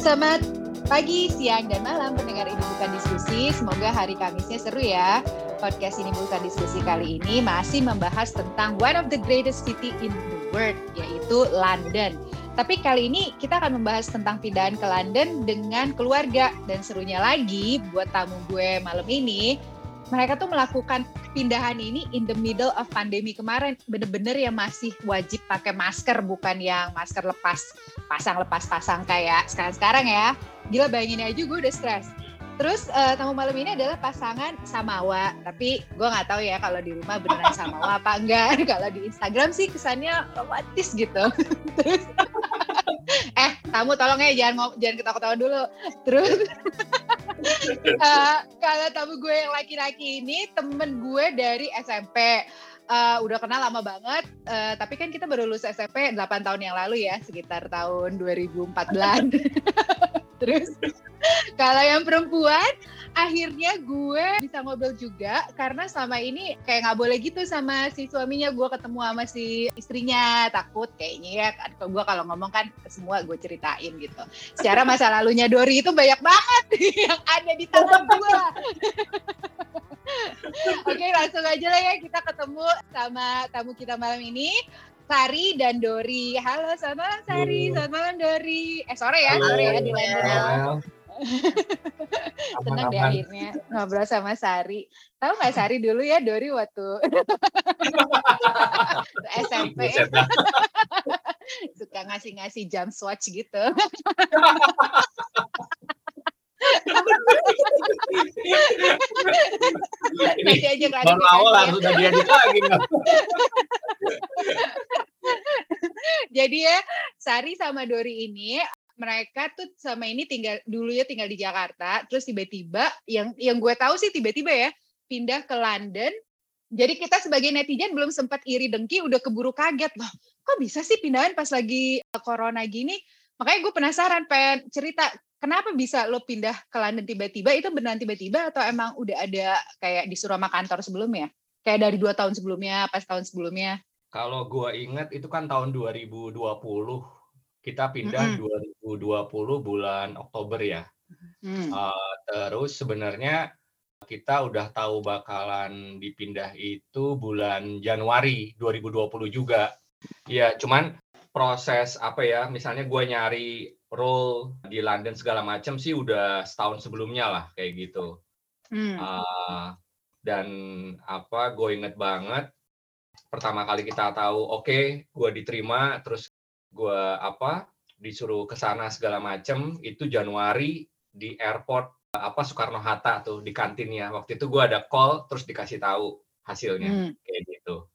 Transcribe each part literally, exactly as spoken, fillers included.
Selamat pagi, siang, dan malam pendengar Ini Bukan Diskusi. Semoga hari Kamisnya seru ya. Podcast Ini Bukan Diskusi kali ini masih membahas tentang one of the greatest city in the world, yaitu London. Tapi kali ini kita akan membahas tentang pindahan ke London dengan keluarga. Dan serunya lagi buat tamu gue malam ini, mereka tuh melakukan pindahan ini in the middle of pandemi kemarin. Bener-bener yang masih wajib pakai masker, bukan yang masker lepas pasang lepas pasang kayak sekarang-sekarang ya. Gila, bayangin aja gue udah stres. Terus uh, tamu malam ini adalah pasangan Samawa. Tapi gue nggak tahu ya kalau di rumah beneran Samawa apa enggak. Kalau di Instagram sih kesannya romantis gitu. Terus eh tamu tolong ya jangan jangan ketawa-ketawa dulu. Terus uh, kalau tamu gue yang laki-laki ini temen gue dari S M P. Uh, udah kenal lama banget, uh, tapi kan kita baru lulus S M P delapan tahun yang lalu ya, sekitar tahun dua ribu empat belas. Terus kalau yang perempuan, akhirnya gue bisa ngobrol juga karena selama ini kayak nggak boleh gitu sama si suaminya. Gue ketemu sama si istrinya, takut kayaknya ya. Kalau gue kalau ngomong kan semua gue ceritain gitu. Secara masa lalunya Dori itu banyak banget yang ada di tangan gue. Oke, langsung aja lah ya kita Ketemu sama tamu kita malam ini, Sari dan Dori. Halo, selamat malam Sari, selamat malam Dori. Eh sore ya, Halo, sore ya di London. ya. Senang deh akhirnya ngobrol sama Sari. Tahu nggak Sari dulu ya Dori waktu S M P suka ngasih-ngasih jam swatch gitu. Nanti aja baru awal harus udah diedit lagi. Jadi ya Sari sama Dori ini mereka tuh sama ini tinggal dulu ya tinggal di Jakarta, terus tiba-tiba yang yang gue tahu sih tiba-tiba ya pindah ke London. Jadi kita sebagai netizen belum sempat iri dengki udah keburu kaget loh. Kok bisa sih pindahan pas lagi corona gini? Makanya gue penasaran pengen cerita. Kenapa bisa lo pindah ke London tiba-tiba? Itu beneran tiba-tiba atau emang udah ada kayak disuruh sama kantor sebelumnya? Kayak dari dua tahun sebelumnya, pas tahun sebelumnya? Kalau gue ingat itu kan tahun dua ribu dua puluh. Kita pindah mm-hmm. dua ribu dua puluh bulan Oktober ya. Mm. Uh, terus sebenarnya kita udah tahu bakalan dipindah itu bulan Januari dua ribu dua puluh juga. Ya cuman proses apa ya, misalnya gue nyari role di London segala macam sih udah setahun sebelumnya lah kayak gitu. Hmm. Uh, dan apa gue inget banget pertama kali kita tahu oke okay, gue diterima terus gue apa disuruh ke sana segala macam itu Januari di airport apa Soekarno Hatta tuh di kantinnya. Waktu itu gue ada call terus dikasih tahu hasilnya hmm. kayak gitu.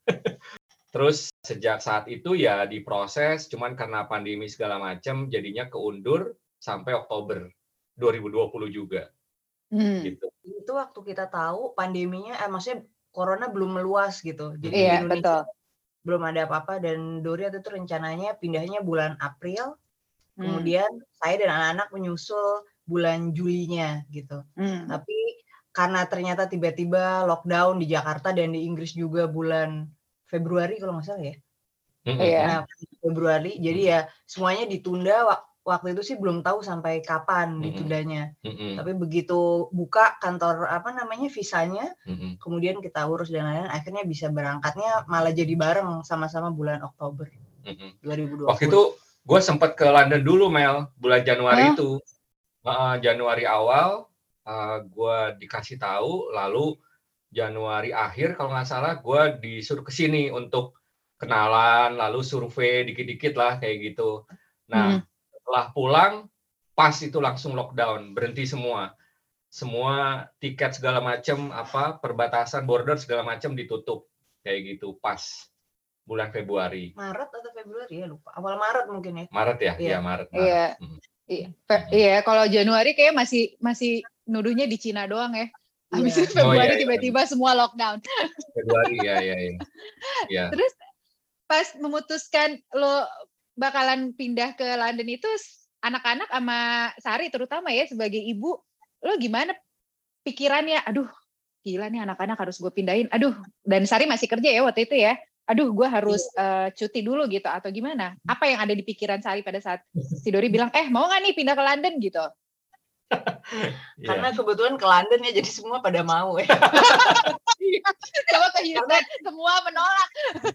Terus sejak saat itu ya diproses, cuman karena pandemi segala macam jadinya keundur sampai Oktober dua ribu dua puluh juga. Hmm. Gitu. Itu waktu kita tahu pandeminya, eh, maksudnya corona belum meluas gitu. Jadi iya, di Indonesia betul. belum ada apa-apa dan Dori waktu itu rencananya pindahnya bulan April, hmm. kemudian saya dan anak-anak menyusul bulan Julinya gitu. Hmm. Tapi karena ternyata tiba-tiba lockdown di Jakarta dan di Inggris juga bulan Februari kalau nggak salah ya. Mm-hmm. Nah, Februari. Jadi ya semuanya ditunda. Waktu itu sih belum tahu sampai kapan mm-hmm. ditundanya. Mm-hmm. Tapi begitu buka kantor apa namanya visanya, mm-hmm. kemudian kita urus dan lain-lain, akhirnya bisa berangkatnya malah jadi bareng sama-sama bulan Oktober mm-hmm. dua ribu dua puluh. Waktu itu gue sempat ke London dulu Mel, bulan Januari huh? itu. Uh, Januari awal uh, gue dikasih tahu, lalu Januari akhir kalau nggak salah gue disuruh ke sini untuk kenalan lalu survei dikit-dikit lah kayak gitu. Nah hmm. setelah pulang pas itu langsung lockdown, berhenti semua semua tiket segala macam apa perbatasan border segala macam ditutup kayak gitu pas bulan Februari. Maret atau Februari ya lupa, awal Maret mungkin ya. Maret ya, iya ya, Maret. Maret. Iya, hmm. iya. Iya kalau Januari kayak masih masih nuduhnya di Cina doang ya. Habis itu Februari oh, iya, tiba-tiba iya. semua lockdown. Februari ya, ya, ya. ya. Terus pas memutuskan lo bakalan pindah ke London itu anak-anak sama Sari terutama ya sebagai ibu, lo gimana pikirannya? Aduh, gila nih anak-anak harus gue pindahin. Aduh, dan Sari masih kerja ya waktu itu ya. aduh gue harus uh, cuti dulu gitu atau gimana? Apa yang ada di pikiran Sari pada saat si Dori bilang, eh mau nggak nih pindah ke London gitu? Karena kebetulan ke London ya, jadi semua pada mau ya. Coba ke Houston, semua menolak.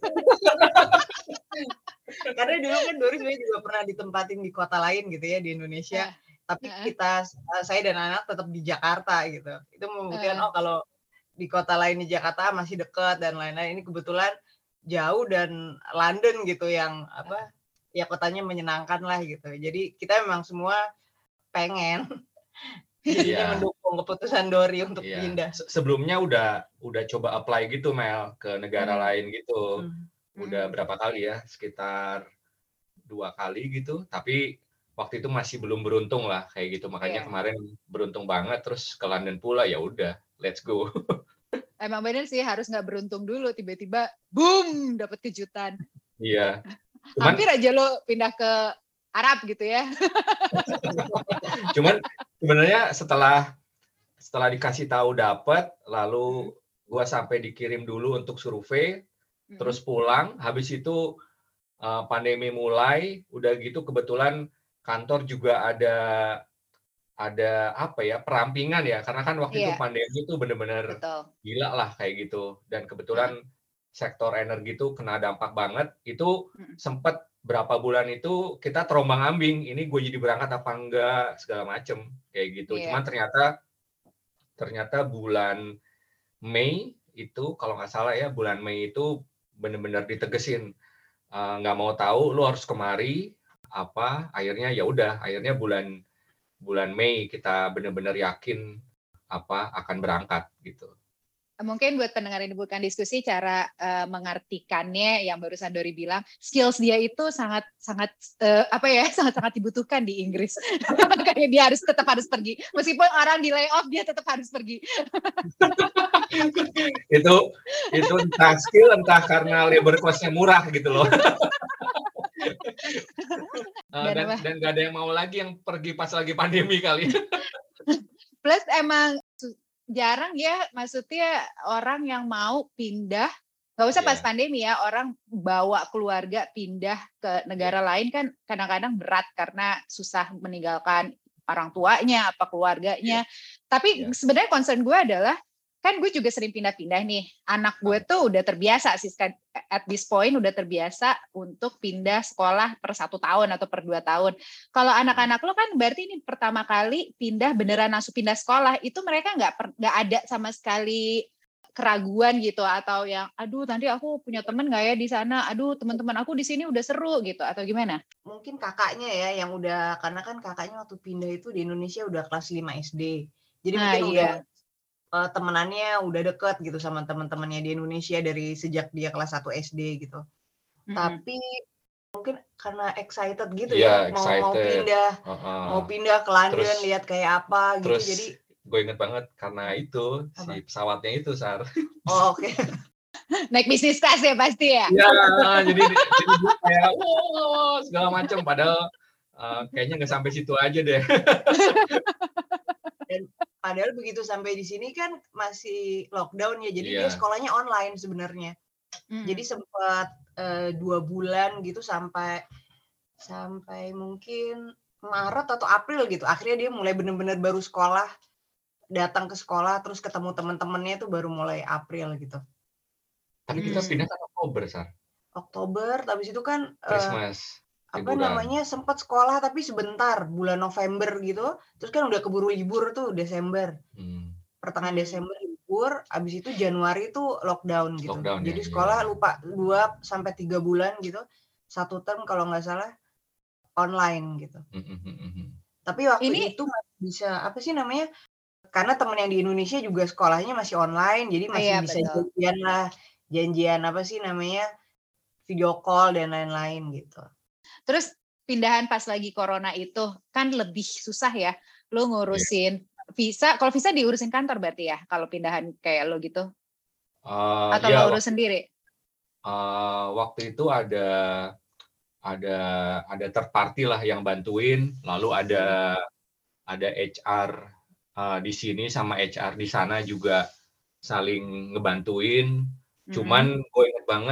Karena dulu kan Dori sebenarnya juga pernah ditempatin di kota lain gitu ya di Indonesia. Uh, tapi uh, kita, saya dan anak tetap di Jakarta gitu. Itu membuktikan uh, oh kalau di kota lain di Jakarta masih dekat dan lain-lain. Ini kebetulan jauh dan London gitu yang apa ya kotanya menyenangkan lah gitu. Jadi kita memang semua pengen jadinya yeah. mendukung keputusan Dori untuk yeah. pindah. Sebelumnya udah udah coba apply gitu Mel ke negara hmm. lain gitu. Hmm. Udah berapa kali ya? Sekitar dua kali gitu. Tapi waktu itu masih belum beruntung lah kayak gitu. Makanya yeah. kemarin beruntung banget terus ke London pula, ya udah, let's go. Emang bener sih harus nggak beruntung dulu, tiba-tiba boom dapat kejutan. Iya. Cuman, hampir aja lo pindah ke Arab gitu ya. Cuman sebenarnya setelah setelah dikasih tahu dapat, lalu gua sampai dikirim dulu untuk survei, hmm. terus pulang, habis itu uh, pandemi mulai, udah gitu kebetulan kantor juga ada ada apa ya perampingan ya, karena kan waktu yeah. itu pandemi itu benar-benar gila lah kayak gitu, dan kebetulan hmm. sektor energi itu kena dampak banget. Itu hmm. sempat berapa bulan itu kita terombang-ambing, ini gue jadi berangkat apa enggak segala macem kayak gitu. Yeah. Cuman ternyata ternyata bulan Mei itu kalau nggak salah ya, bulan Mei itu benar-benar ditegesin nggak uh, mau tahu, lu harus kemari apa. Akhirnya ya udah, akhirnya bulan bulan Mei kita benar-benar yakin apa akan berangkat gitu. Mungkin buat pendengar ini bukan diskusi, cara uh, mengartikannya yang barusan Dori bilang, skills dia itu sangat sangat uh, apa ya sangat sangat dibutuhkan di Inggris. Makanya dia harus tetap harus pergi, meskipun orang di layoff dia tetap harus pergi. itu itu entah skill entah karena labor cost-nya murah gitu loh. uh, dan dan, dan gak ada yang mau lagi yang pergi pas lagi pandemi kali. Plus emang jarang ya, maksudnya orang yang mau pindah, nggak usah yeah. pas pandemi ya, orang bawa keluarga pindah ke negara yeah. lain kan kadang-kadang berat karena susah meninggalkan orang tuanya apa keluarganya. Yeah. Tapi yeah. sebenarnya concern gue adalah, kan gue juga sering pindah-pindah nih, anak gue tuh udah terbiasa sih, at this point udah terbiasa untuk pindah sekolah per satu tahun atau per dua tahun. Kalau anak-anak lo kan berarti ini pertama kali pindah beneran langsung pindah sekolah, itu mereka nggak nggak ada sama sekali keraguan gitu, atau yang aduh nanti aku punya temen nggak ya di sana, aduh teman-teman aku di sini udah seru gitu, atau gimana? Mungkin kakaknya ya yang udah, karena kan kakaknya waktu pindah itu di Indonesia udah kelas lima S D, jadi nah, mungkin iya. udah Uh, temenannya udah deket gitu sama teman-temannya di Indonesia dari sejak dia kelas satu S D gitu. Mm-hmm. Tapi mungkin karena excited gitu yeah, ya, mau excited. mau pindah, uh-uh. mau pindah ke London, terus, lihat kayak apa gitu. Terus, jadi gue inget banget karena itu apa? Si pesawatnya itu Sar. Oh, oke. Okay. Naik bisnis class ya pasti ya. Iya, jadi jadi kayak wow segala macam, padahal uh, kayaknya nggak sampai situ aja deh. Dan padahal begitu sampai di sini kan masih lockdown ya, jadi yeah. dia sekolahnya online sebenarnya. Mm. Jadi sempat uh, dua bulan gitu sampai sampai mungkin Maret atau April gitu. Akhirnya dia mulai benar-benar baru sekolah, datang ke sekolah, terus ketemu teman-temannya itu baru mulai April gitu. Tapi kita pindah kan Oktober, Sar. Oktober, habis itu kan Christmas. Uh, apa namanya sempat sekolah tapi sebentar, bulan November gitu, terus kan udah keburu libur tuh Desember, hmm. pertengahan Desember libur, abis itu Januari tuh lockdown gitu, lockdown, jadi ya, sekolah ya. lupa dua sampai tiga bulan gitu, satu term kalau nggak salah online gitu. Hmm. Tapi waktu Ini... itu masih bisa apa sih namanya? Karena teman yang di Indonesia juga sekolahnya masih online, jadi masih oh, iya, bisa betul. janjian lah, janjian apa sih namanya video call dan lain-lain gitu. Terus pindahan pas lagi corona itu kan lebih susah ya, lo ngurusin yeah. visa. Kalau visa diurusin kantor berarti ya, kalau pindahan kayak lo gitu? Uh, Atau ya, lo urus waktu, sendiri? Uh, waktu itu ada ada ada third party lah yang bantuin, lalu ada ada H R uh, di sini sama H R di sana juga saling ngebantuin. Mm-hmm. Cuman gue ingat banget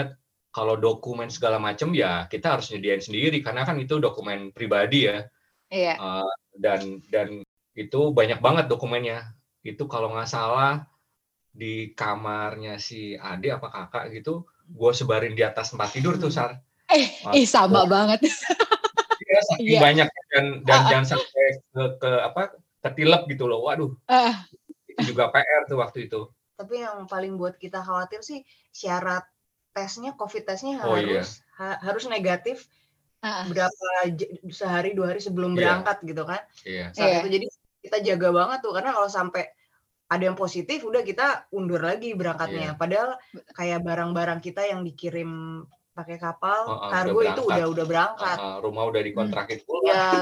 kalau dokumen segala macam ya kita harus nyediain sendiri karena kan itu dokumen pribadi ya. Iya. Uh, dan dan itu banyak banget dokumennya. Itu kalau nggak salah di kamarnya si Ade apa kakak gitu, gue sebarin di atas tempat tidur tuh, Sar. Eh, eh sama banget. Iya, saking yeah. banyak dan dan uh, jangan sampai ke, ke apa ketilep gitu loh. Waduh. Uh. Itu juga P R tuh waktu itu. Tapi yang paling buat kita khawatir sih syarat tesnya, COVID tesnya oh, harus iya. ha, harus negatif uh. berapa sehari dua hari sebelum berangkat yeah. gitu kan. Yeah. Saat yeah. itu jadi kita jaga banget tuh karena kalau sampai ada yang positif udah kita undur lagi berangkatnya. Yeah. Padahal kayak barang-barang kita yang dikirim pakai kapal, uh, uh, kargo udah itu udah udah berangkat. Uh, uh, rumah udah dikontrakin hmm. pula. Ya,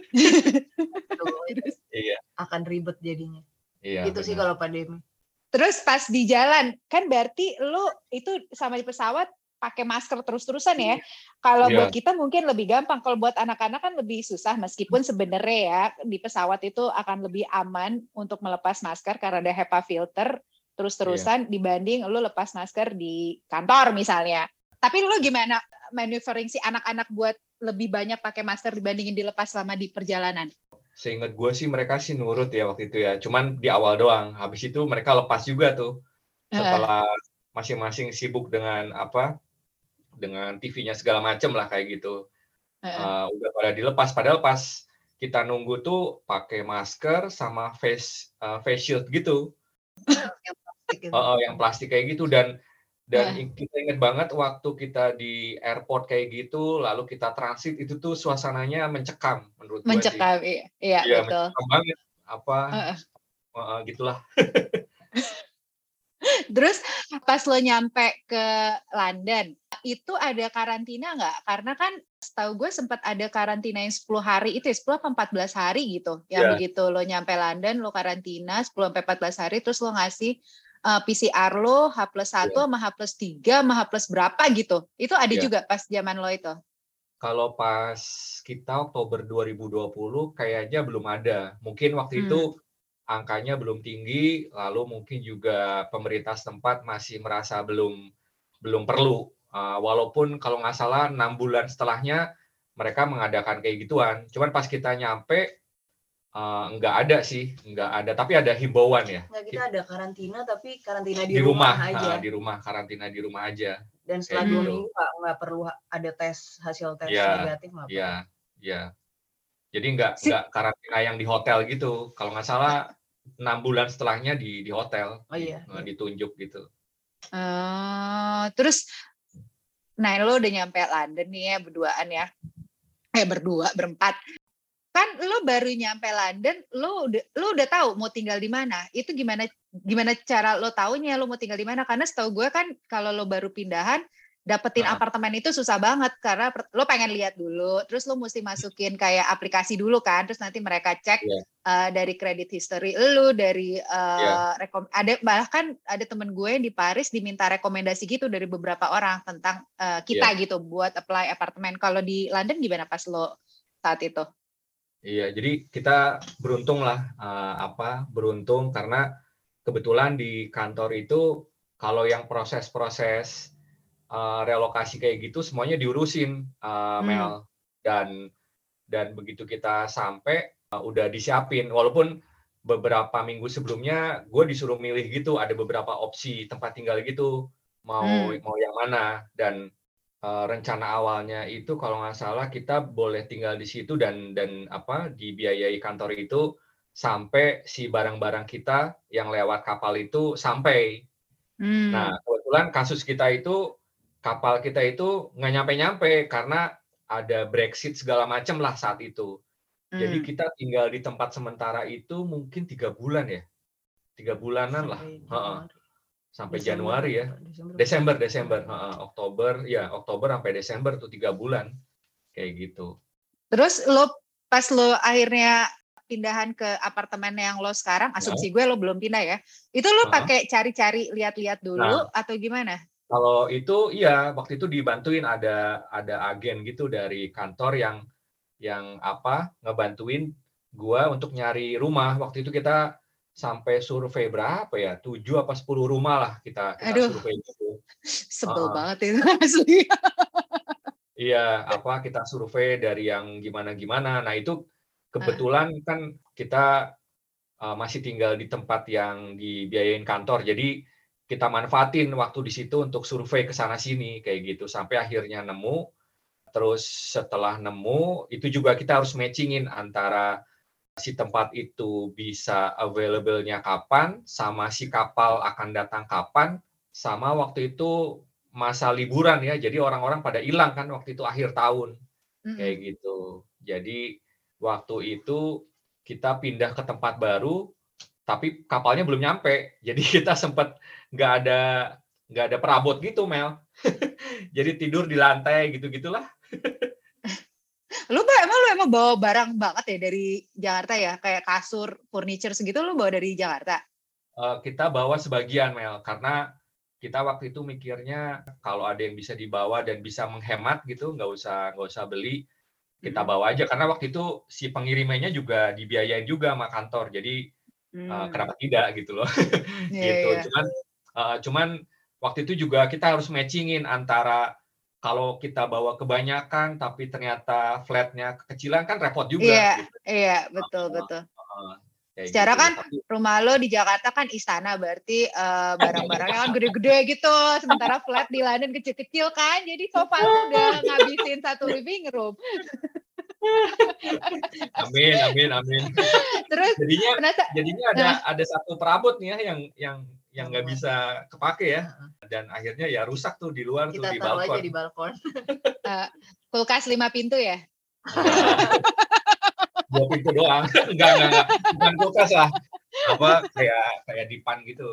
iya. Akan ribet jadinya. Iya, itu benar. Sih kalau pandemi. Terus pas di jalan, kan berarti lu itu sama di pesawat pakai masker terus-terusan ya. Kalau yeah. buat kita mungkin lebih gampang. Kalau buat anak-anak kan lebih susah, meskipun sebenarnya ya di pesawat itu akan lebih aman untuk melepas masker karena ada HEPA filter terus-terusan yeah. dibanding lu lepas masker di kantor misalnya. Tapi lu gimana maneuvering si anak-anak buat lebih banyak pakai masker dibandingin dilepas selama di perjalanan? Seingat gue sih mereka sih nurut ya waktu itu ya. Cuman di awal doang. Habis itu mereka lepas juga tuh. Setelah uh. masing-masing sibuk dengan apa? Dengan T V-nya segala macem lah kayak gitu. Uh. Uh, udah pada dilepas. Padahal pas kita nunggu tuh pakai masker sama face uh, face shield gitu. yang plastik gitu. Uh, uh, yang plastik kayak gitu dan Dan uh. kita ingat banget waktu kita di airport kayak gitu, lalu kita transit, itu tuh suasananya mencekam menurut gue sih. Mencekam, iya, iya ya, betul. Mencekam banget, apa, uh. uh, gitulah. Terus pas lo nyampe ke London, itu ada karantina nggak? Karena kan setahu gue sempat ada karantina yang sepuluh hari, itu ya, sepuluh sampai empat belas hari gitu. Yang yeah. begitu lo nyampe London, lo karantina sepuluh sampai empat belas hari, terus lo ngasih Uh, P C R lo H plus satu sama H plus tiga sama H plus berapa gitu. Itu ada yeah. juga pas zaman lo itu? Kalau pas kita Oktober dua ribu dua puluh kayaknya belum ada. Mungkin waktu hmm. itu angkanya belum tinggi, lalu mungkin juga pemerintah setempat masih merasa belum belum perlu. Uh, walaupun kalau nggak salah enam bulan setelahnya mereka mengadakan kayak gituan. Cuman pas kita nyampe Uh, enggak ada sih, enggak ada. Tapi ada himbauan ya. Enggak, kita ada karantina, tapi karantina di, di rumah, rumah aja. Nah, di rumah, karantina di rumah aja. Dan setelah dua minggu nggak nggak perlu ada tes hasil tes ya, negatif nggak perlu. Iya, iya. Jadi enggak si- enggak karantina yang di hotel gitu. Kalau nggak salah enam bulan setelahnya di di hotel. Oh iya. Di, ditunjuk gitu. Uh, terus, nah lo udah nyampe London nih ya berduaan ya. Eh berdua berempat. Kan lo baru nyampe London, lo udah lo udah tahu mau tinggal di mana. Itu gimana gimana cara lo taunya lo mau tinggal di mana? Karena setahu gue kan kalau lo baru pindahan dapetin nah. apartemen itu susah banget karena lo pengen lihat dulu, terus lo mesti masukin kayak aplikasi dulu kan, terus nanti mereka cek yeah. uh, dari credit history lo, dari uh, yeah. rekom ada bahkan ada temen gue yang di Paris diminta rekomendasi gitu dari beberapa orang tentang uh, kita yeah. gitu buat apply apartemen. Kalau di London gimana pas lo saat itu? Iya, jadi kita beruntung lah, uh, apa beruntung karena kebetulan di kantor itu kalau yang proses-proses uh, relokasi kayak gitu semuanya diurusin, uh, hmm. Mel, dan dan begitu kita sampai uh, udah disiapin. Walaupun beberapa minggu sebelumnya gue disuruh milih gitu, ada beberapa opsi tempat tinggal gitu, mau hmm. mau yang mana dan Uh, rencana awalnya itu kalau nggak salah kita boleh tinggal di situ dan dan apa dibiayai kantor itu sampai si barang-barang kita yang lewat kapal itu sampai. Hmm. Nah kebetulan kasus kita itu kapal kita itu nggak nyampe-nyampe karena ada Brexit segala macam lah saat itu. Hmm. Jadi kita tinggal di tempat sementara itu mungkin tiga bulan ya, tiga bulanan lah. Heeh. Sampai Desember, Januari ya, Desember, Desember, uh, Oktober, ya Oktober sampai Desember tuh tiga bulan, kayak gitu. Terus lo pas lo akhirnya pindahan ke apartemen yang lo sekarang, asumsi nah. gue lo belum pindah ya, itu lo uh-huh. pakai cari-cari lihat-lihat dulu nah, atau gimana? Kalau itu iya, waktu itu dibantuin ada ada agen gitu dari kantor yang yang apa ngebantuin gue untuk nyari rumah. Waktu itu kita sampai survei berapa ya? tujuh apa sepuluh rumah lah kita kita Aduh, survei gitu. sebel Uh, banget itu asli. Iya, apa kita survei dari yang gimana-gimana. Nah, itu kebetulan kan kita uh, masih tinggal di tempat yang dibiayain kantor. Jadi kita manfaatin waktu di situ untuk survei ke sana sini kayak gitu sampai akhirnya nemu. Terus setelah nemu, itu juga kita harus matchingin antara si tempat itu bisa available-nya kapan, sama si kapal akan datang kapan, sama waktu itu masa liburan ya. Jadi orang-orang pada hilang kan waktu itu akhir tahun. Mm-hmm. Kayak gitu. Jadi waktu itu kita pindah ke tempat baru, tapi kapalnya belum nyampe. Jadi kita sempat nggak ada nggak ada perabot gitu, Mel. Jadi tidur di lantai gitu-gitulah. Lu emang lu emang bawa barang banget ya dari Jakarta ya, kayak kasur, furniture segitu lu bawa dari Jakarta? Uh, kita bawa sebagian, Mel, karena kita waktu itu mikirnya kalau ada yang bisa dibawa dan bisa menghemat gitu, nggak usah nggak usah beli, kita bawa aja. Karena waktu itu si pengirimannya juga dibiayain juga sama kantor, jadi hmm. uh, kenapa tidak gitu loh. Yeah, gitu. yeah. Cuman uh, cuman waktu itu juga kita harus matchingin antara kalau kita bawa kebanyakan tapi ternyata flatnya kekecilan kan repot juga. Iya, gitu. Iya, betul uh, betul. Uh, Secara gitu. kan Tapi, rumah lo di Jakarta kan istana, berarti uh, barang-barangnya kan gede-gede gitu. Sementara flat di London kecil-kecil kan, jadi sofa lo udah ngabisin satu living room. Amin, amin, amin. Terus jadinya penasa- jadinya ada uh, ada satu perabot nih ya yang yang yang nggak bisa kepake ya, dan akhirnya ya rusak tuh di luar. Kita tuh di taruh balkon. aja di balkon. uh, kulkas lima pintu ya? Dua pintu doang, enggak enggak enggak, bukan kulkas lah, apa kayak kayak dipan gitu.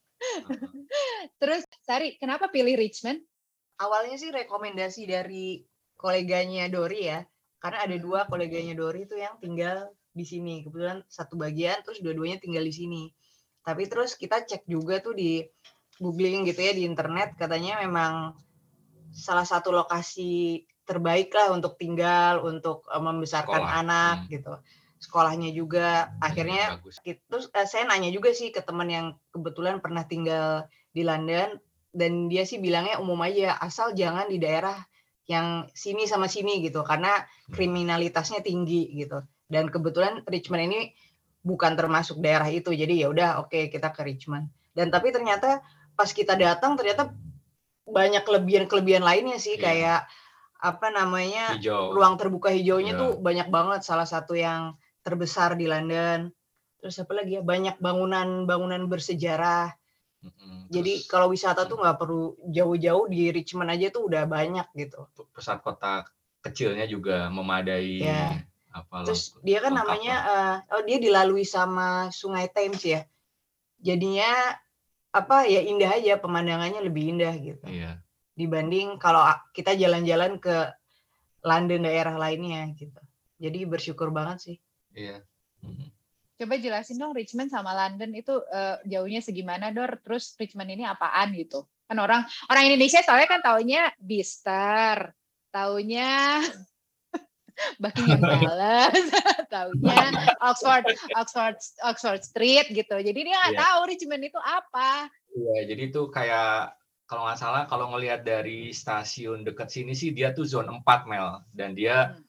Terus Sari, kenapa pilih Richmond? Awalnya sih rekomendasi dari koleganya Dori ya, karena ada dua koleganya Dori itu yang tinggal di sini, kebetulan satu bagian, terus dua-duanya tinggal di sini. Tapi terus kita cek juga tuh di googling gitu ya di internet, katanya memang salah satu lokasi terbaik lah untuk tinggal, untuk uh, membesarkan Sekolah. anak hmm. gitu. Sekolahnya juga. Akhirnya terus uh, saya nanya juga sih ke teman yang kebetulan pernah tinggal di London, dan dia sih bilangnya umum aja, asal jangan di daerah yang sini sama sini gitu, karena kriminalitasnya tinggi gitu. Dan kebetulan Richmond ini bukan termasuk daerah itu, jadi ya udah oke okay, kita ke Richmond. Dan tapi ternyata pas kita datang ternyata banyak kelebihan-kelebihan lainnya sih, yeah. kayak apa namanya Hijau. ruang terbuka hijaunya yeah. tuh banyak banget, salah satu yang terbesar di London. Terus apa lagi ya, banyak bangunan-bangunan bersejarah. Mm-hmm. Jadi Terus, kalau wisata tuh nggak perlu jauh-jauh, di Richmond aja tuh udah banyak gitu. Pusat kota kecilnya juga memadai. Yeah. Apa Terus lengkap, dia kan namanya uh, oh dia dilalui sama Sungai Thames ya. Jadinya apa ya, indah aja, pemandangannya lebih indah gitu. Iya. Dibanding kalau kita jalan-jalan ke London daerah lainnya gitu. Jadi bersyukur banget sih. Iya. Mm-hmm. Coba jelasin dong Richmond sama London itu uh, jauhnya segimana, Dor? Terus Richmond ini apaan gitu? Kan orang orang Indonesia soalnya kan taunya Bicester, taunya Buckingham Palace, taunya Oxford, Oxford, Oxford Street gitu. Jadi dia nggak yeah. tahu Richmond itu apa. Iya, yeah, jadi itu kayak kalau nggak salah kalau ngelihat dari stasiun dekat sini sih dia tuh zone empat, Mel, dan dia hmm.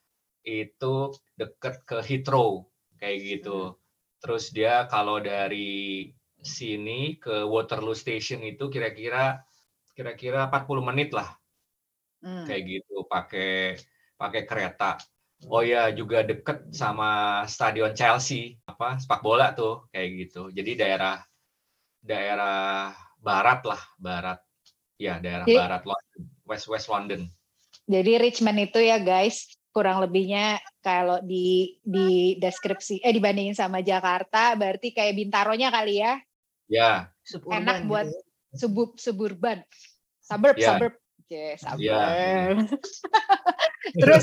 itu dekat ke Heathrow kayak gitu. Hmm. Terus dia kalau dari sini ke Waterloo Station itu kira-kira kira-kira empat puluh menit lah. Hmm. Kayak gitu pakai pakai kereta. Oh ya, juga deket sama stadion Chelsea, apa sepak bola tuh kayak gitu. Jadi daerah daerah barat lah, barat. Ya, daerah jadi, barat London, West West London. Jadi Richmond itu ya guys, kurang lebihnya kalau di di deskripsi eh dibandingin sama Jakarta berarti kayak Bintaronya kali ya. Ya. Suburban enak buat gitu. Subub suburban. Suburb, ya. suburb. Oke, sabar. Yeah. Terus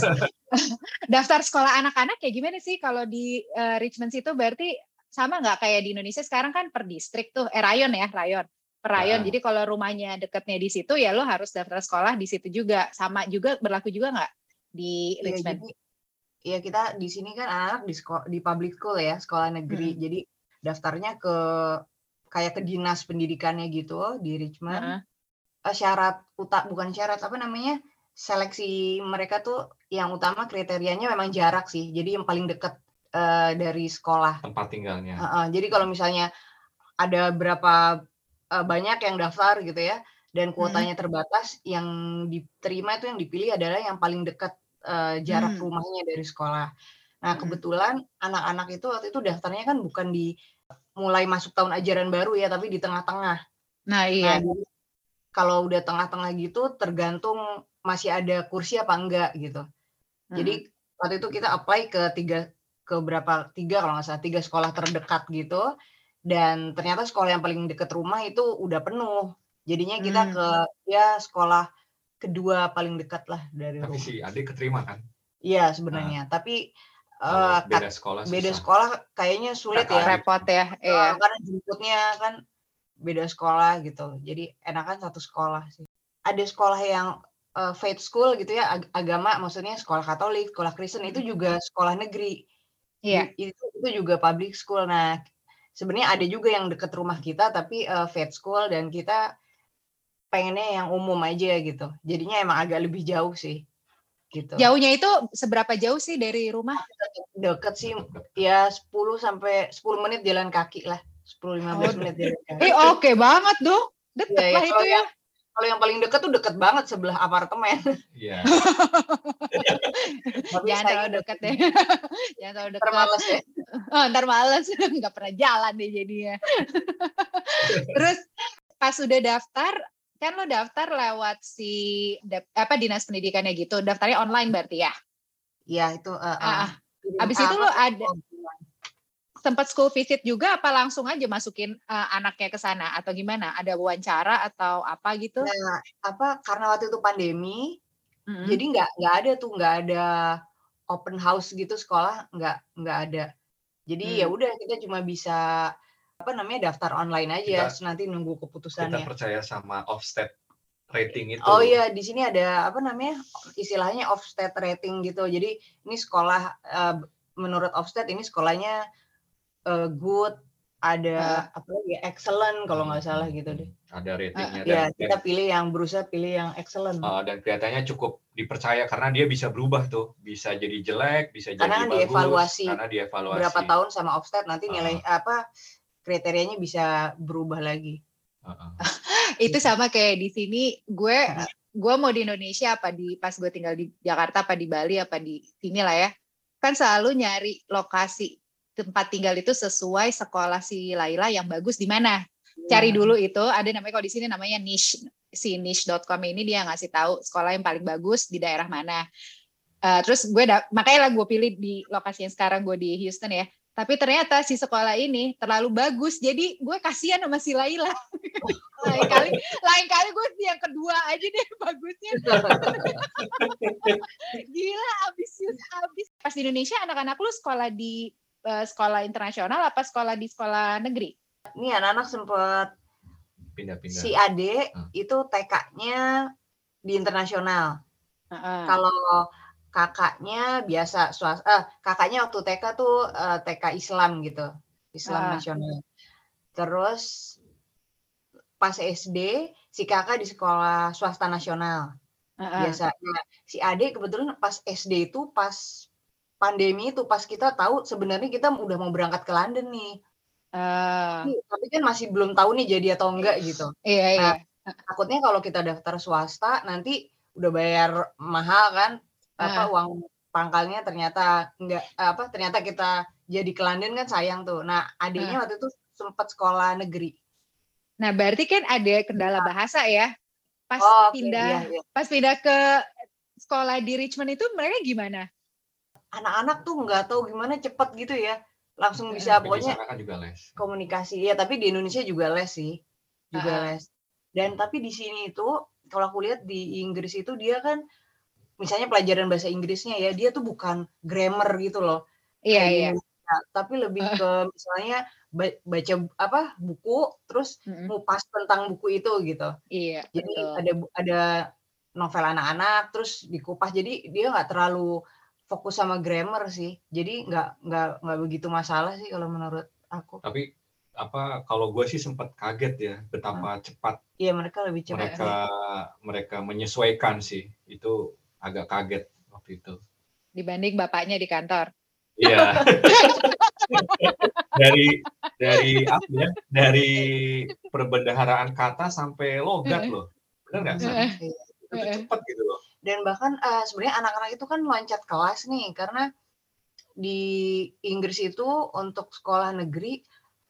daftar sekolah anak-anak kayak gimana sih kalau di uh, Richmond situ, berarti sama nggak kayak di Indonesia sekarang kan per distrik tuh, eh rayon ya, rayon. Per rayon. Nah. Jadi kalau rumahnya dekatnya di situ ya lo harus daftar sekolah di situ juga. Sama juga berlaku juga nggak di Richmond? Iya, ya kita di sini kan anak di sekolah, di public school ya, sekolah negeri. Hmm. Jadi daftarnya ke kayak ke dinas pendidikannya gitu di Richmond. Uh-huh. Syarat utak bukan syarat apa namanya seleksi mereka tuh yang utama kriterianya memang jarak sih. Jadi yang paling dekat uh, dari sekolah tempat tinggalnya. Uh-uh. Jadi kalau misalnya ada berapa uh, banyak yang daftar gitu ya dan kuotanya hmm. terbatas, yang diterima itu yang dipilih adalah yang paling dekat uh, jarak hmm. rumahnya dari sekolah. Nah kebetulan hmm. anak-anak itu waktu itu daftarnya kan bukan di mulai masuk tahun ajaran baru ya, tapi di tengah-tengah. Nah iya. Nah, kalau udah tengah-tengah gitu, tergantung masih ada kursi apa enggak gitu. Hmm. Jadi waktu itu kita apply ke tiga ke berapa tiga kalau nggak salah tiga sekolah terdekat gitu, dan ternyata sekolah yang paling dekat rumah itu udah penuh. Jadinya kita hmm. ke ya sekolah kedua paling dekat lah dari Tapi rumah. si adik keterima kan? Iya sebenarnya. Nah. Tapi Uh, beda sekolah beda susah. sekolah kayaknya sulit ya, repot ya, iya. Karena jemputnya kan beda sekolah gitu, jadi enakan satu sekolah sih. Ada sekolah yang uh, faith school gitu ya, ag- agama, maksudnya sekolah Katolik, sekolah Kristen, itu juga sekolah negeri, iya. Itu, itu juga public school. Nah sebenarnya ada juga yang deket rumah kita tapi uh, faith school, dan kita pengennya yang umum aja gitu, jadinya emang agak lebih jauh sih. Gitu. Jauhnya itu seberapa jauh sih dari rumah? Deket sih, ya sepuluh sampai sepuluh menit jalan kaki lah, sepuluh sampai lima belas menit jalan kaki. Eh oke okay banget dong, deket ya, lah ya, itu ya. Yang, kalau yang paling deket tuh deket banget sebelah apartemen. Iya. Jangan terlalu deket ya. Jangan terlalu deket. Ntar males ya. Oh, ntar males, nggak pernah jalan deh jadinya. Terus pas udah daftar, kan lo daftar lewat si apa dinas pendidikannya gitu, daftarnya online berarti ya? Iya itu. Uh, uh, Abis uh, itu lo ada sempat school visit juga, apa langsung aja masukin uh, anaknya ke sana atau gimana? Ada wawancara atau apa gitu? Nah, apa karena waktu itu pandemi, mm-hmm. jadi nggak nggak ada tuh nggak ada open house gitu sekolah, nggak nggak ada. Jadi hmm. ya udah kita cuma bisa apa namanya daftar online aja, kita, nanti nunggu keputusannya. Kita percaya sama Ofsted rating itu. Oh iya, di sini ada apa namanya istilahnya Ofsted rating gitu. Jadi ini sekolah uh, menurut Ofsted ini sekolahnya uh, good, ada uh, apa lagi excellent kalau nggak hmm, salah gitu deh. Ada ratingnya. Uh, dan, ya kita dan, pilih yang berusaha pilih yang excellent. Uh, dan kelihatannya cukup dipercaya karena dia bisa berubah tuh, bisa jadi jelek, bisa karena jadi bagus. Dievaluasi karena dievaluasi berapa tahun sama Ofsted, nanti nilai uh. apa kriterianya bisa berubah lagi. Uh-uh. Itu sama kayak di sini, gue gue mau di Indonesia apa di pas gue tinggal di Jakarta apa di Bali apa di sini lah ya, kan selalu nyari lokasi tempat tinggal itu sesuai sekolah si Laila yang bagus di mana. Cari dulu itu, ada namanya kalau di sini namanya niche, si niche dot com ini dia ngasih tahu sekolah yang paling bagus di daerah mana. Uh, terus gue da- makanya lah gue pilih di lokasi yang sekarang gue di Houston ya. Tapi ternyata si sekolah ini terlalu bagus, jadi gue kasihan sama si Laila. lain kali, lain kali gue yang kedua aja deh bagusnya. Gila, abis abis. Pas di Indonesia anak-anak lu sekolah di uh, sekolah internasional apa sekolah di sekolah negeri? Ini anak-anak sempet pindah-pindah. Si adik hmm. itu T K-nya di internasional. Uh-uh. Kalau kakaknya biasa swasta, eh, kakaknya waktu T K tuh uh, T K Islam gitu, Islam uh. nasional. Terus pas S D si kakak di sekolah swasta nasional. Uh-uh. Biasanya si adik kebetulan pas S D itu pas pandemi itu pas kita tahu sebenarnya kita udah mau berangkat ke London nih. Uh. Tapi kan masih belum tahu nih jadi atau enggak gitu. Iya, nah, iya. Takutnya kalau kita daftar swasta nanti udah bayar mahal kan, apa uh. uang pangkalnya ternyata enggak apa ternyata kita jadi ke London kan sayang tuh. Nah, adiknya uh. waktu itu sempat sekolah negeri. Nah, berarti kan ada kendala bahasa ya. Pas oh, pindah okay, iya, iya. pas pindah ke sekolah di Richmond itu mereka gimana? Anak-anak tuh nggak tahu gimana cepet gitu ya. Langsung bisa tapi pokoknya kan juga les. Komunikasi ya, tapi di Indonesia juga les sih juga uh-huh. les dan tapi di sini itu kalau aku lihat di Inggris itu dia kan misalnya pelajaran bahasa Inggrisnya ya dia tuh bukan grammar gitu loh iya iya nah, tapi lebih uh. ke misalnya baca apa buku terus uh-uh. ngupas tentang buku itu gitu iya jadi betul. ada ada novel anak-anak terus dikupas jadi dia nggak terlalu fokus sama grammar sih, jadi nggak nggak nggak begitu masalah sih kalau menurut aku. Tapi apa kalau gue sih sempat kaget ya betapa hmm. cepat. Iya, mereka lebih cepat. Mereka mereka menyesuaikan sih. Itu agak kaget waktu itu. Dibanding bapaknya di kantor. Iya. dari dari apa ya? Dari perbendaharaan kata sampai logat loh. Benar nggak sih? Itu cepat gitu loh. Dan bahkan uh, sebenarnya anak-anak itu kan loncat kelas nih, karena di Inggris itu untuk sekolah negeri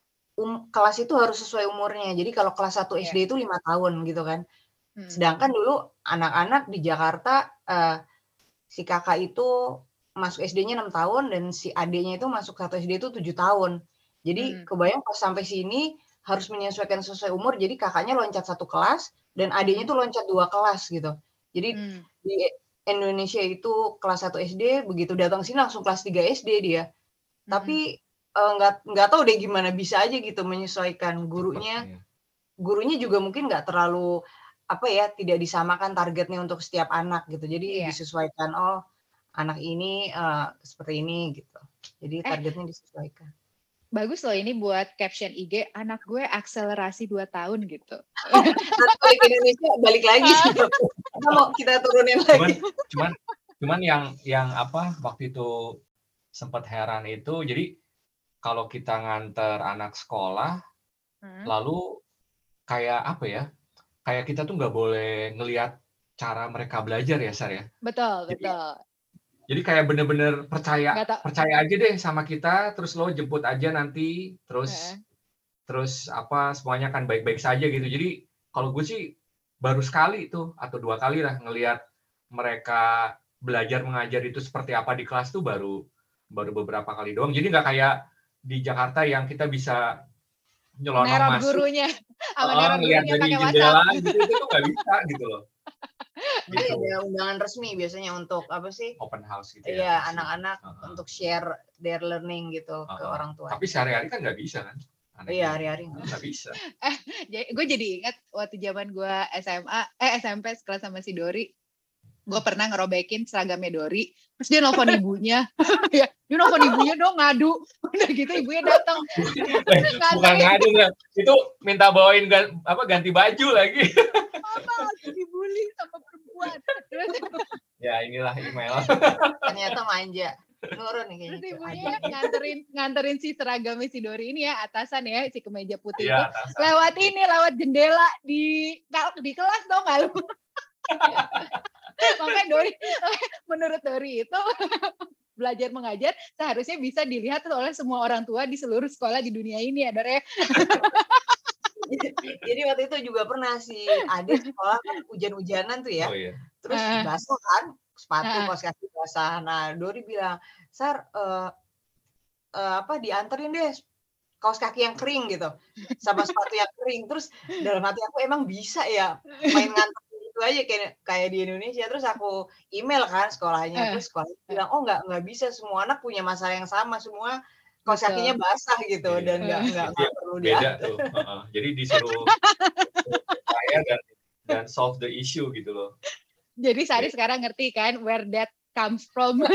um, kelas itu harus sesuai umurnya. Jadi kalau kelas satu S D yeah. itu lima tahun gitu kan. Hmm. Sedangkan dulu anak-anak di Jakarta uh, si kakak itu masuk S D-nya enam tahun dan si adiknya itu masuk satu S D itu tujuh tahun. Jadi hmm. kebayang pas sampai sini harus menyesuaikan sesuai umur. Jadi kakaknya loncat satu kelas dan adiknya itu loncat dua kelas gitu. Jadi hmm. di Indonesia itu kelas satu S D, begitu datang sini langsung kelas tiga S D dia. Hmm. Tapi nggak uh, nggak tahu deh gimana bisa aja gitu menyesuaikan gurunya. Gurunya juga mungkin nggak terlalu apa ya, tidak disamakan targetnya untuk setiap anak gitu. Jadi yeah. disesuaikan, oh anak ini uh, seperti ini gitu. Jadi targetnya eh, disesuaikan. Bagus loh ini buat caption I G, anak gue akselerasi dua tahun gitu. Terus balik ke Indonesia, balik lagi gitu. Kita mau kita turunin lagi. Cuman, cuman, cuman yang yang apa waktu itu sempat heran itu, jadi kalau kita nganter anak sekolah, hmm. lalu kayak apa ya, kayak kita tuh nggak boleh ngelihat cara mereka belajar ya, Sar ya? Betul, jadi, betul. Jadi kayak bener-bener percaya percaya aja deh sama kita, terus lo jemput aja nanti, terus uh. terus apa semuanya kan baik-baik saja gitu. Jadi kalau gue sih baru sekali tuh atau dua kali lah ngelihat mereka belajar mengajar itu seperti apa di kelas tuh baru baru beberapa kali doang. Jadi nggak kayak di Jakarta yang kita bisa nyelonong nerot masuk, gurunya, sama nerot gurunya pakai jendela gitu, itu tuh nggak bisa gitu loh. Jadi gitu. Ada undangan resmi biasanya untuk apa sih? Open house gitu ya. Iya, anak-anak uh-huh. untuk share their learning gitu uh-huh. ke orang tua. Tapi sehari-hari kan nggak bisa kan? Anaknya. Iya, hari-hari nggak bisa. eh, gue jadi ingat waktu zaman gue S M A, eh S M P sekelas sama si Dori, gue pernah ngerobekin seragamnya Dori, terus dia nelfon ibunya, ya, dia nelfon ibunya dong ngadu, udah gitu ibunya datang. Bukan ngadu, itu minta bawain apa ganti baju lagi. Mama lagi dibully sama perempuan. Ya inilah email. Ternyata manja. Nurun nih kayaknya. Terus ibunya nganterin nganterin si seragamnya si Dori ini ya, atasan ya, si kemeja putih ya, itu. Atasan. Lewat ini, lewat jendela di di kelas dong nggak lu? Makanya Dori, menurut Dori itu belajar mengajar seharusnya bisa dilihat oleh semua orang tua di seluruh sekolah di dunia ini ya, Dor ya. Jadi waktu itu juga pernah si adik sekolah kan hujan-hujanan tuh ya. Oh, iya. Terus uh, basah kan, sepatu uh, kaos kaki basah. Nah, Dori bilang, "Sar, uh, uh, apa dianterin deh kaos kaki yang kering gitu. Sama sepatu yang kering." Terus dalam hati aku emang bisa ya main nganter itu aja kayak kayak di Indonesia. Terus aku email kan sekolahnya. Terus sekolahnya bilang, "Oh, enggak enggak bisa, semua anak punya masalah yang sama, semua kaos kakinya basah gitu yeah. dan nggak nggak yeah. perlu beda tuh. Uh-uh. Jadi disuruh saya dan dan solve the issue gitu loh. Jadi Sari yeah. sekarang ngerti kan where that comes from.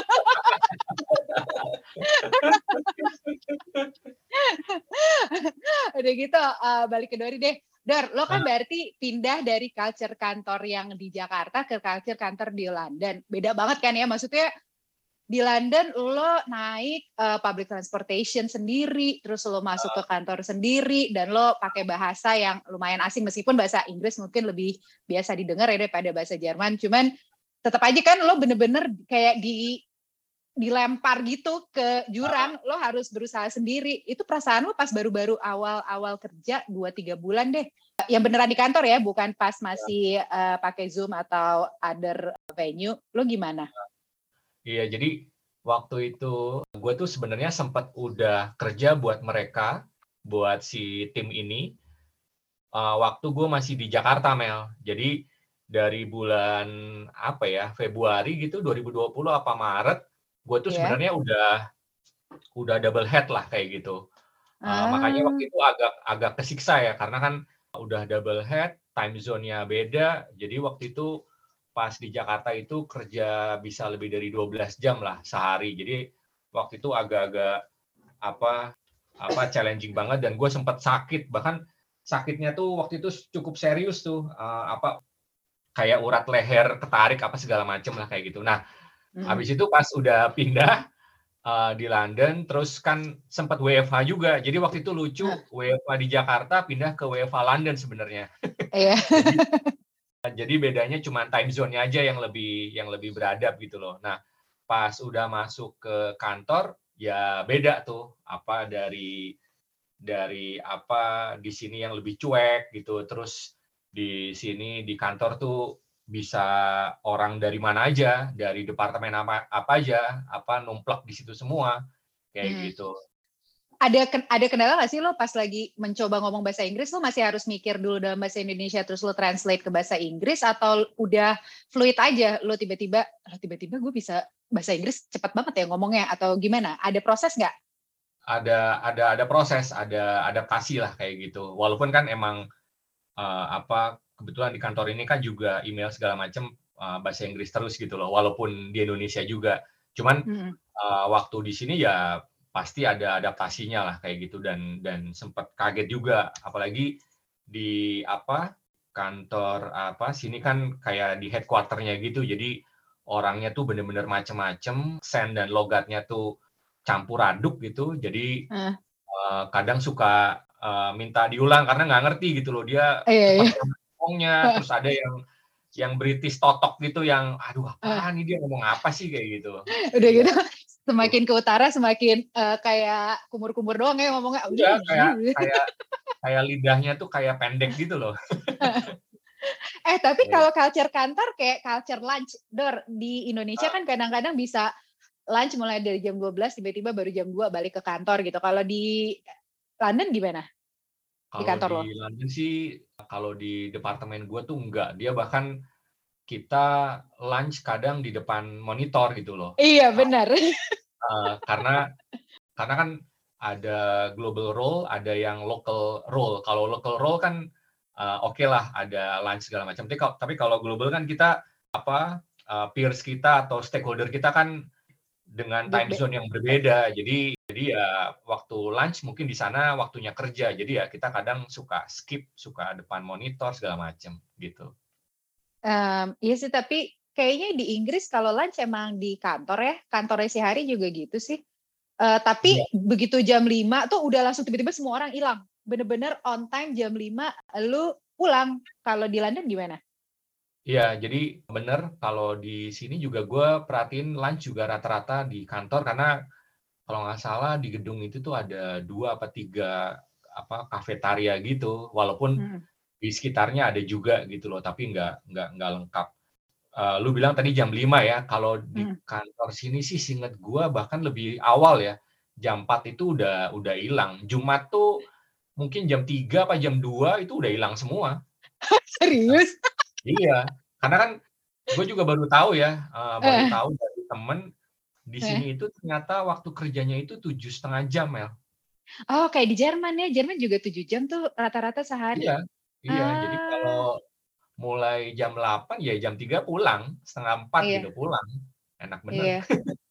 Udah gitu uh, balik ke Dori deh. Dor, lo kan berarti pindah dari culture kantor yang di Jakarta ke culture kantor di London. Beda banget kan ya, maksudnya di London lo naik uh, public transportation sendiri, terus lo masuk ke kantor sendiri, dan lo pakai bahasa yang lumayan asing, meskipun bahasa Inggris mungkin lebih biasa didengar ya daripada bahasa Jerman, cuman tetap aja kan lo bener-bener kayak di dilempar gitu ke jurang, lo harus berusaha sendiri. Itu perasaan lo pas baru-baru awal-awal kerja dua tiga bulan deh, yang beneran di kantor ya, bukan pas masih uh, pakai Zoom atau other venue, lo gimana? Iya, jadi waktu itu gue tuh sebenarnya sempat udah kerja buat mereka, buat si tim ini, uh, waktu gue masih di Jakarta, Mel. Jadi dari bulan apa ya, Februari gitu, dua ribu dua puluh apa Maret, gue tuh yeah. sebenarnya udah udah double head lah kayak gitu. Uh, ah. Makanya waktu itu agak agak kesiksa ya, karena kan udah double head, time zone-nya beda, jadi waktu itu pas di Jakarta itu kerja bisa lebih dari dua belas jam lah sehari. Jadi waktu itu agak-agak apa apa challenging banget dan gue sempat sakit, bahkan sakitnya tuh waktu itu cukup serius tuh, uh, apa kayak urat leher ketarik apa segala macem lah kayak gitu. Nah, hmm. habis itu pas udah pindah uh, di London, terus kan sempat W F H juga. Jadi waktu itu lucu, hmm. W F H di Jakarta pindah ke W F H London sebenarnya. Iya. jadi, jadi bedanya cuma time zone-nya aja yang lebih yang lebih beradab gitu loh. Nah, pas udah masuk ke kantor ya beda tuh, apa dari dari apa di sini yang lebih cuek gitu, terus di sini di kantor tuh bisa orang dari mana aja, dari departemen apa apa aja, apa numplek di situ semua kayak hmm. gitu. Ada ada kendala nggak sih lo pas lagi mencoba ngomong bahasa Inggris, lo masih harus mikir dulu dalam bahasa Indonesia terus lo translate ke bahasa Inggris, atau udah fluid aja lo tiba-tiba oh, tiba-tiba gue bisa bahasa Inggris cepat banget ya ngomongnya, atau gimana? Ada proses nggak? Ada ada ada proses, ada adaptasi lah kayak gitu. Walaupun kan emang uh, apa kebetulan di kantor ini kan juga email segala macam uh, bahasa Inggris terus gitu loh. Walaupun di Indonesia juga. Cuman hmm. uh, waktu di sini ya pasti ada adaptasinya lah kayak gitu, dan dan sempat kaget juga, apalagi di apa kantor apa sini kan kayak di headquarter-nya gitu. Jadi orangnya tuh bener-bener macem-macem, sen dan logatnya tuh campur aduk gitu, jadi uh. Uh, kadang suka uh, minta diulang karena nggak ngerti gitu loh dia iya, cepat ngomongnya, uh. terus ada yang yang British totok gitu yang aduh apaan uh. nih dia ngomong apa sih kayak gitu. Udah gitu semakin ke utara semakin uh, kayak kumur-kumur doang ya ngomongnya. Udah kayak kayak kayak lidahnya tuh kayak pendek gitu loh. eh tapi yeah. Kalau culture kantor kayak culture lunch, Dor, di Indonesia uh. kan kadang-kadang bisa lunch mulai dari jam dua belas tiba-tiba baru jam dua balik ke kantor gitu. Kalau di London gimana? Kalau di kantor lo? Di London sih, kalau di departemen gue tuh enggak. Dia bahkan kita lunch kadang di depan monitor gitu loh. Iya, benar. Uh, karena karena kan ada global role, ada yang local role. Kalau local role kan uh, oke okay lah, ada lunch segala macam. Tapi, tapi kalau global kan kita apa uh, peers kita atau stakeholder kita kan dengan time zone yang berbeda, jadi jadi ya waktu lunch mungkin di sana waktunya kerja, jadi ya kita kadang suka skip, suka depan monitor segala macem gitu. Um, iya sih, tapi kayaknya di Inggris kalau lunch emang di kantor ya, kantornya si Hari juga gitu sih. Uh, tapi ya. Begitu jam lima tuh udah langsung tiba-tiba semua orang hilang, bener-bener on time jam lima lu pulang. Kalau di London gimana? Iya, jadi bener kalau di sini juga gue perhatiin lunch juga rata-rata di kantor, karena kalau nggak salah di gedung itu tuh ada dua apa tiga apa kafetaria gitu, walaupun hmm. di sekitarnya ada juga gitu loh, tapi nggak nggak nggak lengkap. Uh, lu bilang tadi jam lima ya, kalau di hmm. kantor sini sih seinget gue bahkan lebih awal ya, jam empat itu udah udah hilang. Jumat tuh mungkin jam tiga apa jam dua itu udah hilang semua. Serius? Iya, karena kan gue juga baru tahu ya, uh, baru eh. tahu dari temen di sini eh. itu ternyata waktu kerjanya itu tujuh setengah jam, Mel. Oh, kayak di Jerman ya, Jerman juga tujuh jam tuh rata-rata sehari. Iya, iya. Ah. Jadi kalau mulai jam delapan ya jam tiga pulang, setengah empat iya. gitu pulang, enak bener. Iya.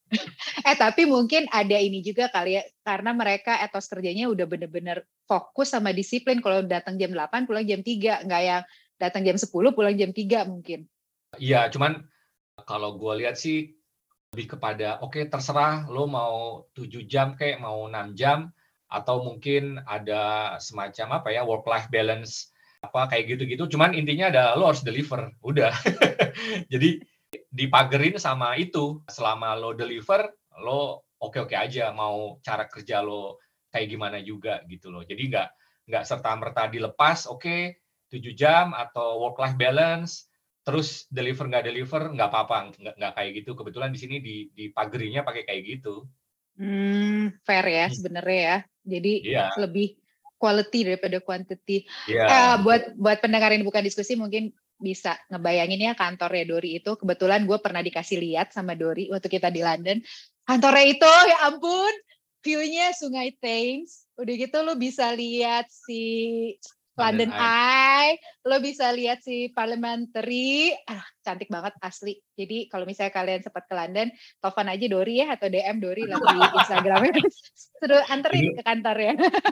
eh tapi mungkin ada ini juga kali ya, karena mereka etos kerjanya udah bener-bener fokus sama disiplin. Kalau datang jam delapan pulang jam tiga, nggak yang datang jam sepuluh pulang jam tiga mungkin. Iya, cuman kalau gue lihat sih lebih kepada oke okay, terserah lo mau tujuh jam kayak mau enam jam, atau mungkin ada semacam apa ya work life balance apa kayak gitu-gitu. Cuman intinya ada lo harus deliver, udah. Jadi dipagerin sama itu, selama lo deliver lo oke-oke aja, mau cara kerja lo kayak gimana juga gitu loh. Jadi nggak nggak serta-merta dilepas, oke okay, tujuh jam atau work life balance terus deliver nggak deliver nggak apa-apa, nggak nggak kayak gitu. Kebetulan di sini di dipagerinya pakai kayak gitu. Hmm, fair ya sebenarnya ya. Jadi yeah. lebih quality daripada quantity. Yeah, eh, buat buat pendengar ini bukan diskusi mungkin bisa ngebayangin ya kantornya Dori itu. Kebetulan gue pernah dikasih lihat sama Dori waktu kita di London. Kantornya itu ya ampun, view-nya Sungai Thames. Udah gitu lu bisa lihat si London Eye. Lo bisa lihat si Parliamentary, ah cantik banget asli. Jadi kalau misalnya kalian sempat ke London, telepon aja Dori ya atau D M Dori lah di Instagramnya, terus anterin ke kantornya.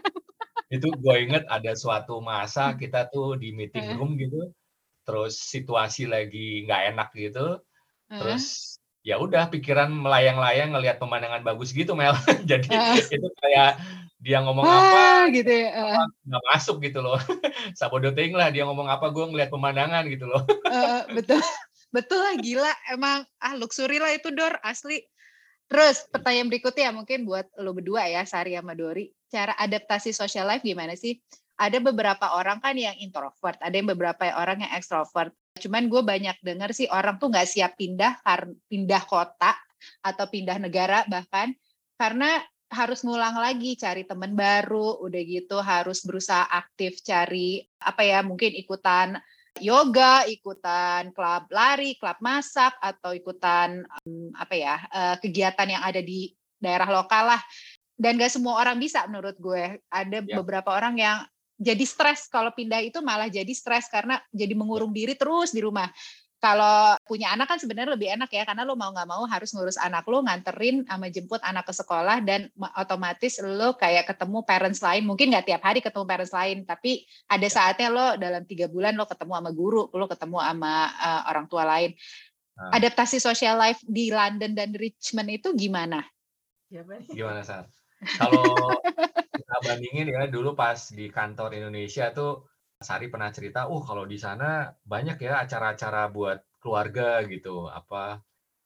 Itu gue inget ada suatu masa kita tuh di meeting room gitu, terus situasi lagi nggak enak gitu, terus ya udah pikiran melayang-layang ngelihat pemandangan bagus gitu Mel. Jadi itu kayak dia ngomong ah, apa gitu ya. Uh. nggak masuk gitu loh. Sabodo ting lah dia ngomong apa gue ngelihat pemandangan gitu loh. Uh, betul betul lah, gila emang ah luxury lah itu Dor asli. Terus pertanyaan berikutnya mungkin buat lo berdua ya, Sari sama Dori, cara adaptasi social life gimana sih? Ada beberapa orang kan yang introvert, ada yang beberapa orang yang extrovert. Cuman gue banyak dengar sih orang tuh nggak siap pindah pindah kota atau pindah negara bahkan karena harus ngulang lagi cari teman baru, udah gitu harus berusaha aktif cari apa ya mungkin ikutan yoga, ikutan klub lari, klub masak atau ikutan um, apa ya uh, kegiatan yang ada di daerah lokal lah. Dan gak semua orang bisa menurut gue. Ada ya. Beberapa orang yang jadi stres kalau pindah itu malah jadi stres karena jadi mengurung ya. Diri terus di rumah. Kalau punya anak kan sebenarnya lebih enak ya, karena lo mau nggak mau harus ngurus anak lo, nganterin sama jemput anak ke sekolah, dan otomatis lo kayak ketemu parents lain, mungkin nggak tiap hari ketemu parents lain, tapi ada saatnya lo dalam tiga bulan lo ketemu sama guru, lo ketemu sama uh, orang tua lain. Nah. Adaptasi social life di London dan Richmond itu gimana? Gimana, Sar? Kalau kita bandingin ya, dulu pas di kantor Indonesia tuh, Sari pernah cerita, oh kalau di sana banyak ya acara-acara buat keluarga gitu, apa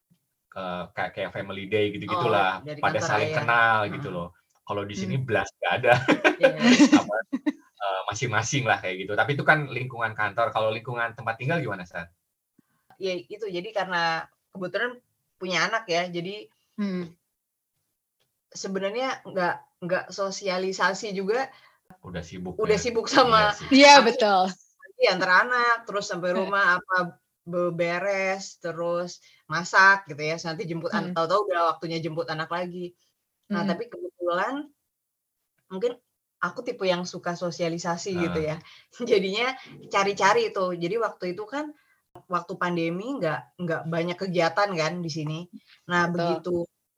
uh, kayak kayak family day gitu-gitulah, oh, pada saling ayah. Kenal hmm. gitu loh. Kalau di sini hmm. belas nggak ada, yeah. apa, uh, masing-masing lah kayak gitu. Tapi itu kan lingkungan kantor. Kalau lingkungan tempat tinggal gimana, Sar? Ya itu, jadi karena kebetulan punya anak ya, jadi hmm. sebenarnya nggak nggak sosialisasi juga. Udah sibuk udah ya. sibuk sama iya betul iya antara anak terus sampai rumah apa beberes terus masak gitu ya, nanti jemput hmm. anak, tahu-tahu udah waktunya jemput anak lagi. Nah hmm. tapi kebetulan mungkin aku tipe yang suka sosialisasi hmm. gitu ya, jadinya cari-cari itu. Jadi waktu itu kan waktu pandemi nggak nggak banyak kegiatan kan di sini. Nah betul. Begitu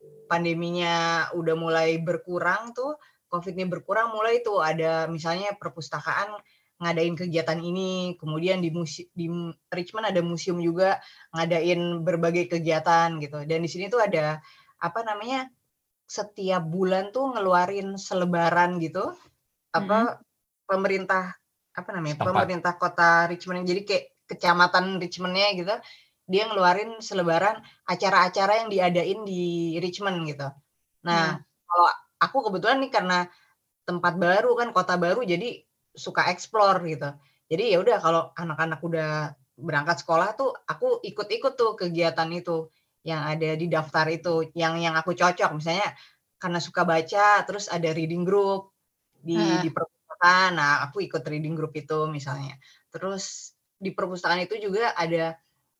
pandeminya udah mulai berkurang tuh, COVID-nya berkurang, mulai tuh ada misalnya perpustakaan ngadain kegiatan ini, kemudian di muse- di Richmond ada museum juga ngadain berbagai kegiatan gitu. Dan di sini tuh ada apa namanya, setiap bulan tuh ngeluarin selebaran gitu, apa mm-hmm. pemerintah apa namanya Setempat. pemerintah kota Richmond, jadi kayak kecamatan Richmond-nya gitu, dia ngeluarin selebaran acara-acara yang diadain di Richmond gitu. Nah mm. kalau aku kebetulan nih karena tempat baru kan, kota baru, jadi suka explore gitu. Jadi ya udah kalau anak-anak udah berangkat sekolah tuh aku ikut-ikut tuh kegiatan itu yang ada di daftar itu, yang yang aku cocok. Misalnya karena suka baca, terus ada reading group di hmm. di perpustakaan. Nah, aku ikut reading group itu misalnya. Terus di perpustakaan itu juga ada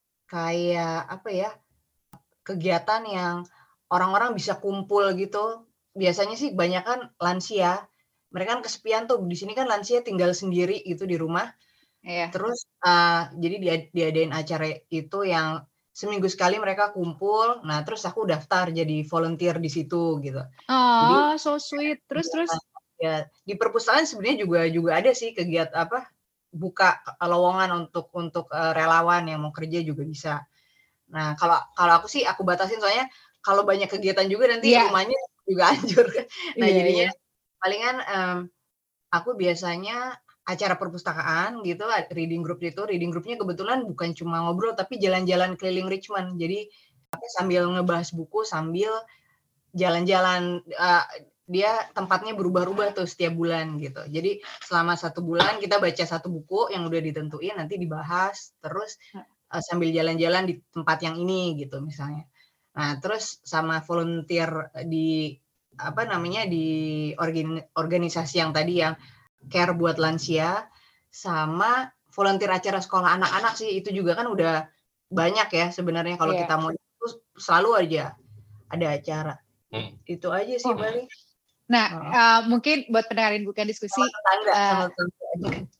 kayak apa ya? Kegiatan yang orang-orang bisa kumpul gitu. Biasanya sih banyak kan lansia, mereka kan kesepian tuh. Di sini kan lansia tinggal sendiri gitu di rumah. Iya. Terus uh, jadi dia diadain acara itu yang seminggu sekali mereka kumpul. Nah terus aku daftar jadi volunteer di situ gitu. Oh, so sweet. Terus ya, terus ya di perpustakaan sebenarnya juga juga ada sih kegiatan apa, buka lowongan untuk untuk uh, relawan yang mau kerja juga bisa. Nah kalau kalau aku sih aku batasin, soalnya kalau banyak kegiatan juga nanti yeah. rumahnya juga hancur. Nah yeah, jadinya yeah. palingan um, aku biasanya acara perpustakaan gitu, reading group itu, reading groupnya kebetulan bukan cuma ngobrol tapi jalan-jalan keliling Richmond. Jadi sambil ngebahas buku sambil jalan-jalan, uh, dia tempatnya berubah-ubah tuh setiap bulan gitu. Jadi selama satu bulan kita baca satu buku yang udah ditentuin, nanti dibahas terus uh, sambil jalan-jalan di tempat yang ini gitu misalnya. Nah, terus sama volunteer di apa namanya di organ, organisasi yang tadi yang care buat lansia, sama volunteer acara sekolah anak-anak sih, itu juga kan udah banyak ya sebenarnya kalau yeah. kita mau itu selalu aja ada acara. Hmm. Itu aja sih paling. Oh. Nah, oh. uh, mungkin buat pendengarin bukan diskusi. Sama tetangga, uh, sama tetangga aja.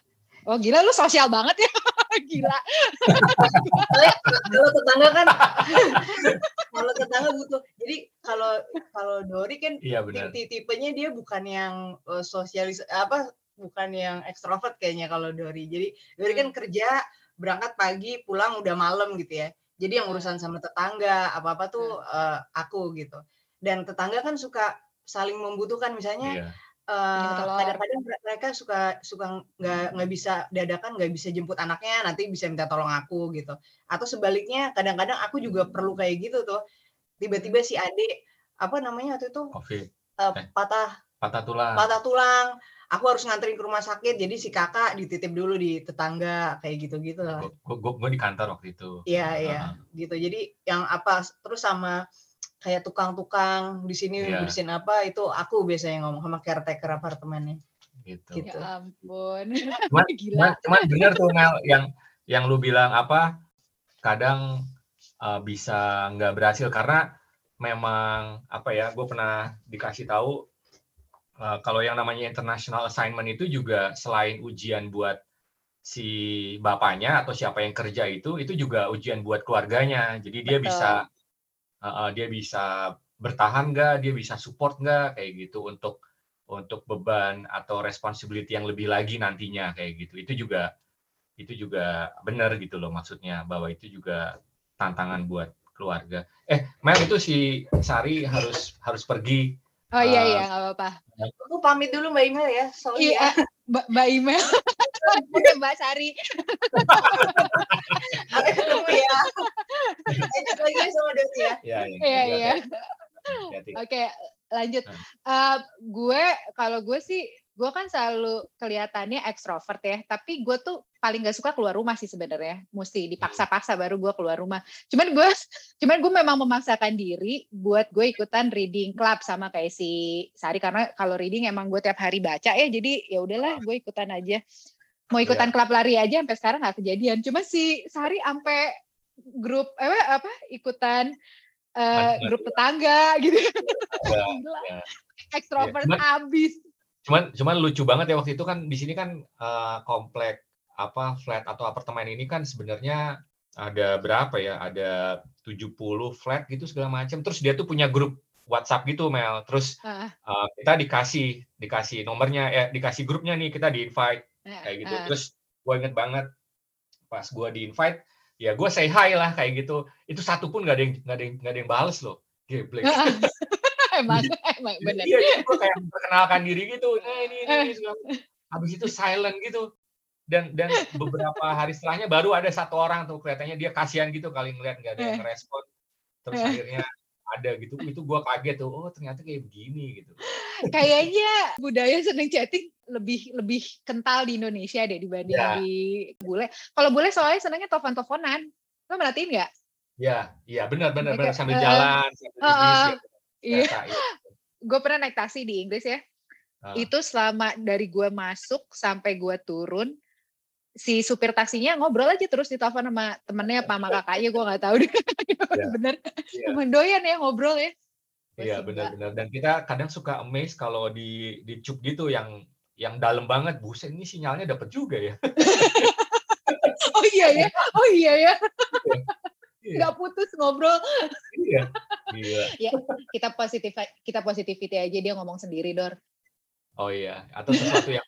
Oh gila, lu sosial banget ya. Gila. Kalau tetangga kan, kalau tetangga butuh. Jadi kalau kalau Dori kan Iya, tipenya dia bukan yang uh, sosialis apa, bukan yang ekstrovert kayaknya kalau Dori. Jadi Dori kan kerja berangkat pagi, pulang udah malam gitu ya. Jadi yang urusan sama tetangga apa-apa tuh uh, aku gitu. Dan tetangga kan suka saling membutuhkan, misalnya Iya. Uh, kadang-kadang mereka suka suka nggak nggak bisa dadakan, nggak bisa jemput anaknya, nanti bisa minta tolong aku gitu. Atau sebaliknya, kadang-kadang aku juga perlu kayak gitu tuh. Tiba-tiba si adik apa namanya waktu itu uh, patah patah tulang. Patah tulang. Aku harus nganterin ke rumah sakit, jadi si kakak dititip dulu di tetangga kayak gitu-gitu lah. Gue gue di kantor waktu itu. Iya iya, uh-huh. Gitu. Jadi yang apa terus sama kayak tukang-tukang di sini yeah. Bersihin apa itu aku biasanya ngomong sama caretaker apartemennya. Gitu. gitu. Ya ampun. Cuman, cuman, cuman bener tuh Mel yang yang lu bilang apa kadang uh, bisa nggak berhasil karena memang apa ya gue pernah dikasih tahu uh, kalau yang namanya international assignment itu juga selain ujian buat si bapaknya atau siapa yang kerja itu itu juga ujian buat keluarganya. Jadi dia Betul. bisa Uh, dia bisa bertahan nggak, dia bisa support nggak kayak gitu untuk untuk beban atau responsibility yang lebih lagi nantinya kayak gitu. Itu juga itu juga benar gitu loh maksudnya bahwa itu juga tantangan buat keluarga. Eh, Mel itu si Sari harus harus pergi. Oh iya uh, iya nggak apa-apa. Aku pamit dulu Mbak Imel ya. Sorry iya, ya. Mbak, Mbak Imel. Oke Mbak Sari. Oke ketemu ya. Lanjut lagi sama Desi ya. Iya iya. iya. Oke lanjut. Uh, gue kalau gue sih gue kan selalu kelihatannya ekstrovert ya, tapi gue tuh paling gak suka keluar rumah sih sebenarnya. Mesti dipaksa-paksa baru gue keluar rumah. Cuman gue, cuman gue memang memaksakan diri buat gue ikutan reading club sama kayak si Sari karena kalau reading emang gue tiap hari baca ya, jadi ya udahlah gue ikutan aja. Mau ikutan yeah. klub lari aja sampai sekarang nggak kejadian. Cuma si Sari sampai grup eh apa ikutan uh, grup tetangga gitu. Yeah. Yeah. Ekstrovert yeah. abis. Cuman cuman lucu banget ya waktu itu kan di sini kan uh, komplek apa flat atau apartemen ini kan sebenarnya ada berapa ya? Ada tujuh puluh flat gitu segala macam. Terus dia tuh punya grup WhatsApp gitu Mel. Terus uh. Uh, kita dikasih dikasih nomornya ya, dikasih grupnya nih, kita di-invite uh. kayak gitu. Uh. Terus gue inget banget pas gue di-invite ya gue say hi lah kayak gitu. Itu satu pun nggak ada yang nggak ada yang nggak ada yang bales loh. Geblek. Uh. emang emang benar. Iya, jadi gue kayak memperkenalkan diri gitu. Nah, ini ini, ini segala. Habis itu silent gitu. Dan dan beberapa hari setelahnya baru ada satu orang tuh kelihatannya dia kasihan gitu kali ngeliat nggak ada yang ngerespon. Terus akhirnya ada gitu. Itu gue kaget tuh. Oh, ternyata kayak begini gitu. Kayaknya budaya seneng chatting lebih lebih kental di Indonesia deh dibanding ya. Di bule. Kalau bule soalnya senengnya telepon-teleponan. Lo merhatiin nggak? Iya, iya benar benar benar sambil uh, jalan, sambil uh, bis ya. Iya, ya. Gue pernah naik taksi di Inggris ya. Ah. Itu selama dari gue masuk sampai gue turun, si supir taksinya ngobrol aja terus di telepon sama temennya apa sama kakaknya, gue nggak tahu deh. Ya. Bener, ya. Emang doyan ya ngobrol ya. Iya benar-benar. Dan kita kadang suka amazed kalau di di cup gitu yang yang dalam banget, buset ini sinyalnya dapat juga ya. Oh iya ya, oh iya ya. Nggak putus ngobrol. Iya. Iya. Ya, kita positif kita positivity aja, dia ngomong sendiri, Dor. Oh iya, atau sesuatu yang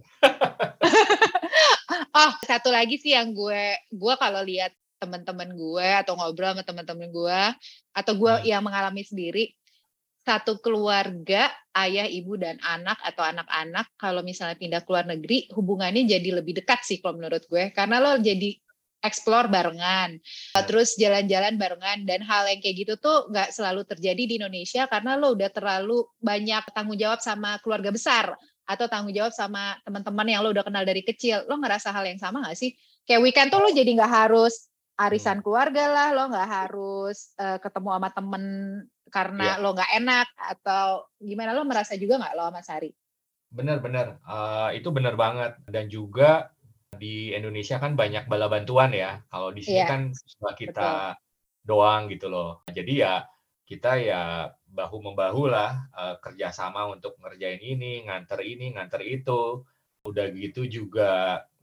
Oh, satu lagi sih yang gue gue kalau lihat teman-teman gue atau ngobrol sama teman-teman gue atau gue hmm. yang mengalami sendiri, satu keluarga, ayah, ibu dan anak atau anak-anak kalau misalnya pindah ke luar negeri, hubungannya jadi lebih dekat sih kalau menurut gue. Karena lo jadi explore barengan, terus jalan-jalan barengan, dan hal yang kayak gitu tuh nggak selalu terjadi di Indonesia karena lo udah terlalu banyak tanggung jawab sama keluarga besar atau tanggung jawab sama teman-teman yang lo udah kenal dari kecil. Lo ngerasa hal yang sama nggak sih? Kayak weekend tuh lo jadi nggak harus arisan keluarga lah, lo nggak harus uh, ketemu sama temen karena yeah. lo nggak enak atau gimana, lo merasa juga nggak lo sama Sari? Bener-bener, uh, itu bener banget. Dan juga di Indonesia kan banyak bala bantuan ya. Kalau di sini yeah. kan cuma kita Betul. doang gitu loh. Jadi ya kita ya bahu-membahu lah uh, kerjasama untuk ngerjain ini, nganter ini, nganter itu. Udah gitu juga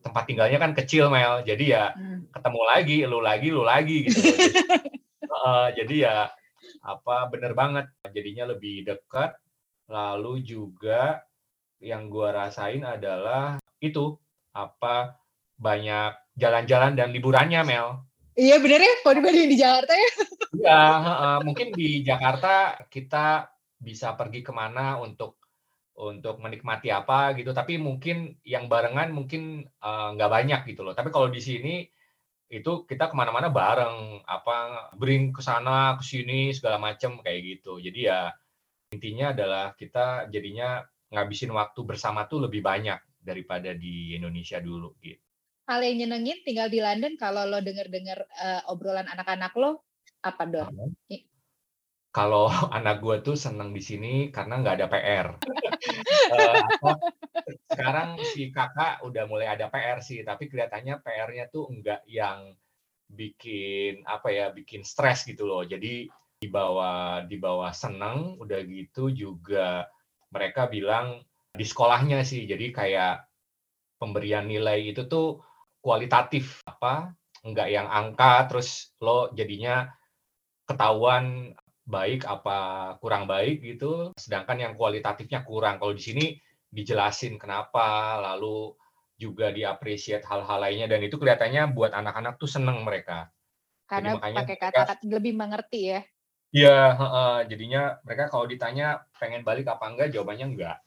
tempat tinggalnya kan kecil Mel, jadi ya hmm. ketemu lagi, lu lagi, lu lagi gitu. Jadi, uh, jadi ya apa bener banget, jadinya lebih dekat. Lalu juga yang gua rasain adalah itu apa banyak jalan-jalan dan liburannya Mel. Iya bener ya, kalau dibanding di Jakarta ya. Iya, uh, mungkin di Jakarta kita bisa pergi kemana untuk untuk menikmati apa gitu, tapi mungkin yang barengan mungkin nggak uh, banyak gitu loh. Tapi kalau di sini itu kita kemana-mana bareng, apa bring ke sana ke sini segala macam kayak gitu. Jadi ya intinya adalah kita jadinya ngabisin waktu bersama tuh lebih banyak daripada di Indonesia dulu gitu. Hal yang nyenengin tinggal di London kalau lo denger-denger uh, obrolan anak-anak lo apa dong? Uh-huh. Kalau anak gue tuh seneng di sini karena nggak ada P R. uh, apa, sekarang si kakak udah mulai ada P R sih, tapi kelihatannya P R-nya tuh nggak yang bikin apa ya, bikin stres gitu loh. Jadi di bawah di bawah seneng, udah gitu juga mereka bilang di sekolahnya sih. Jadi kayak pemberian nilai itu tuh kualitatif, apa nggak yang angka terus lo jadinya ketahuan baik apa kurang baik gitu, sedangkan yang kualitatifnya kurang. Kalau di sini dijelasin kenapa, lalu juga diapresiat hal-hal lainnya, dan itu kelihatannya buat anak-anak tuh seneng mereka. Karena pakai kata-kata lebih mengerti ya. Iya, uh, jadinya mereka kalau ditanya pengen balik apa enggak, jawabannya enggak.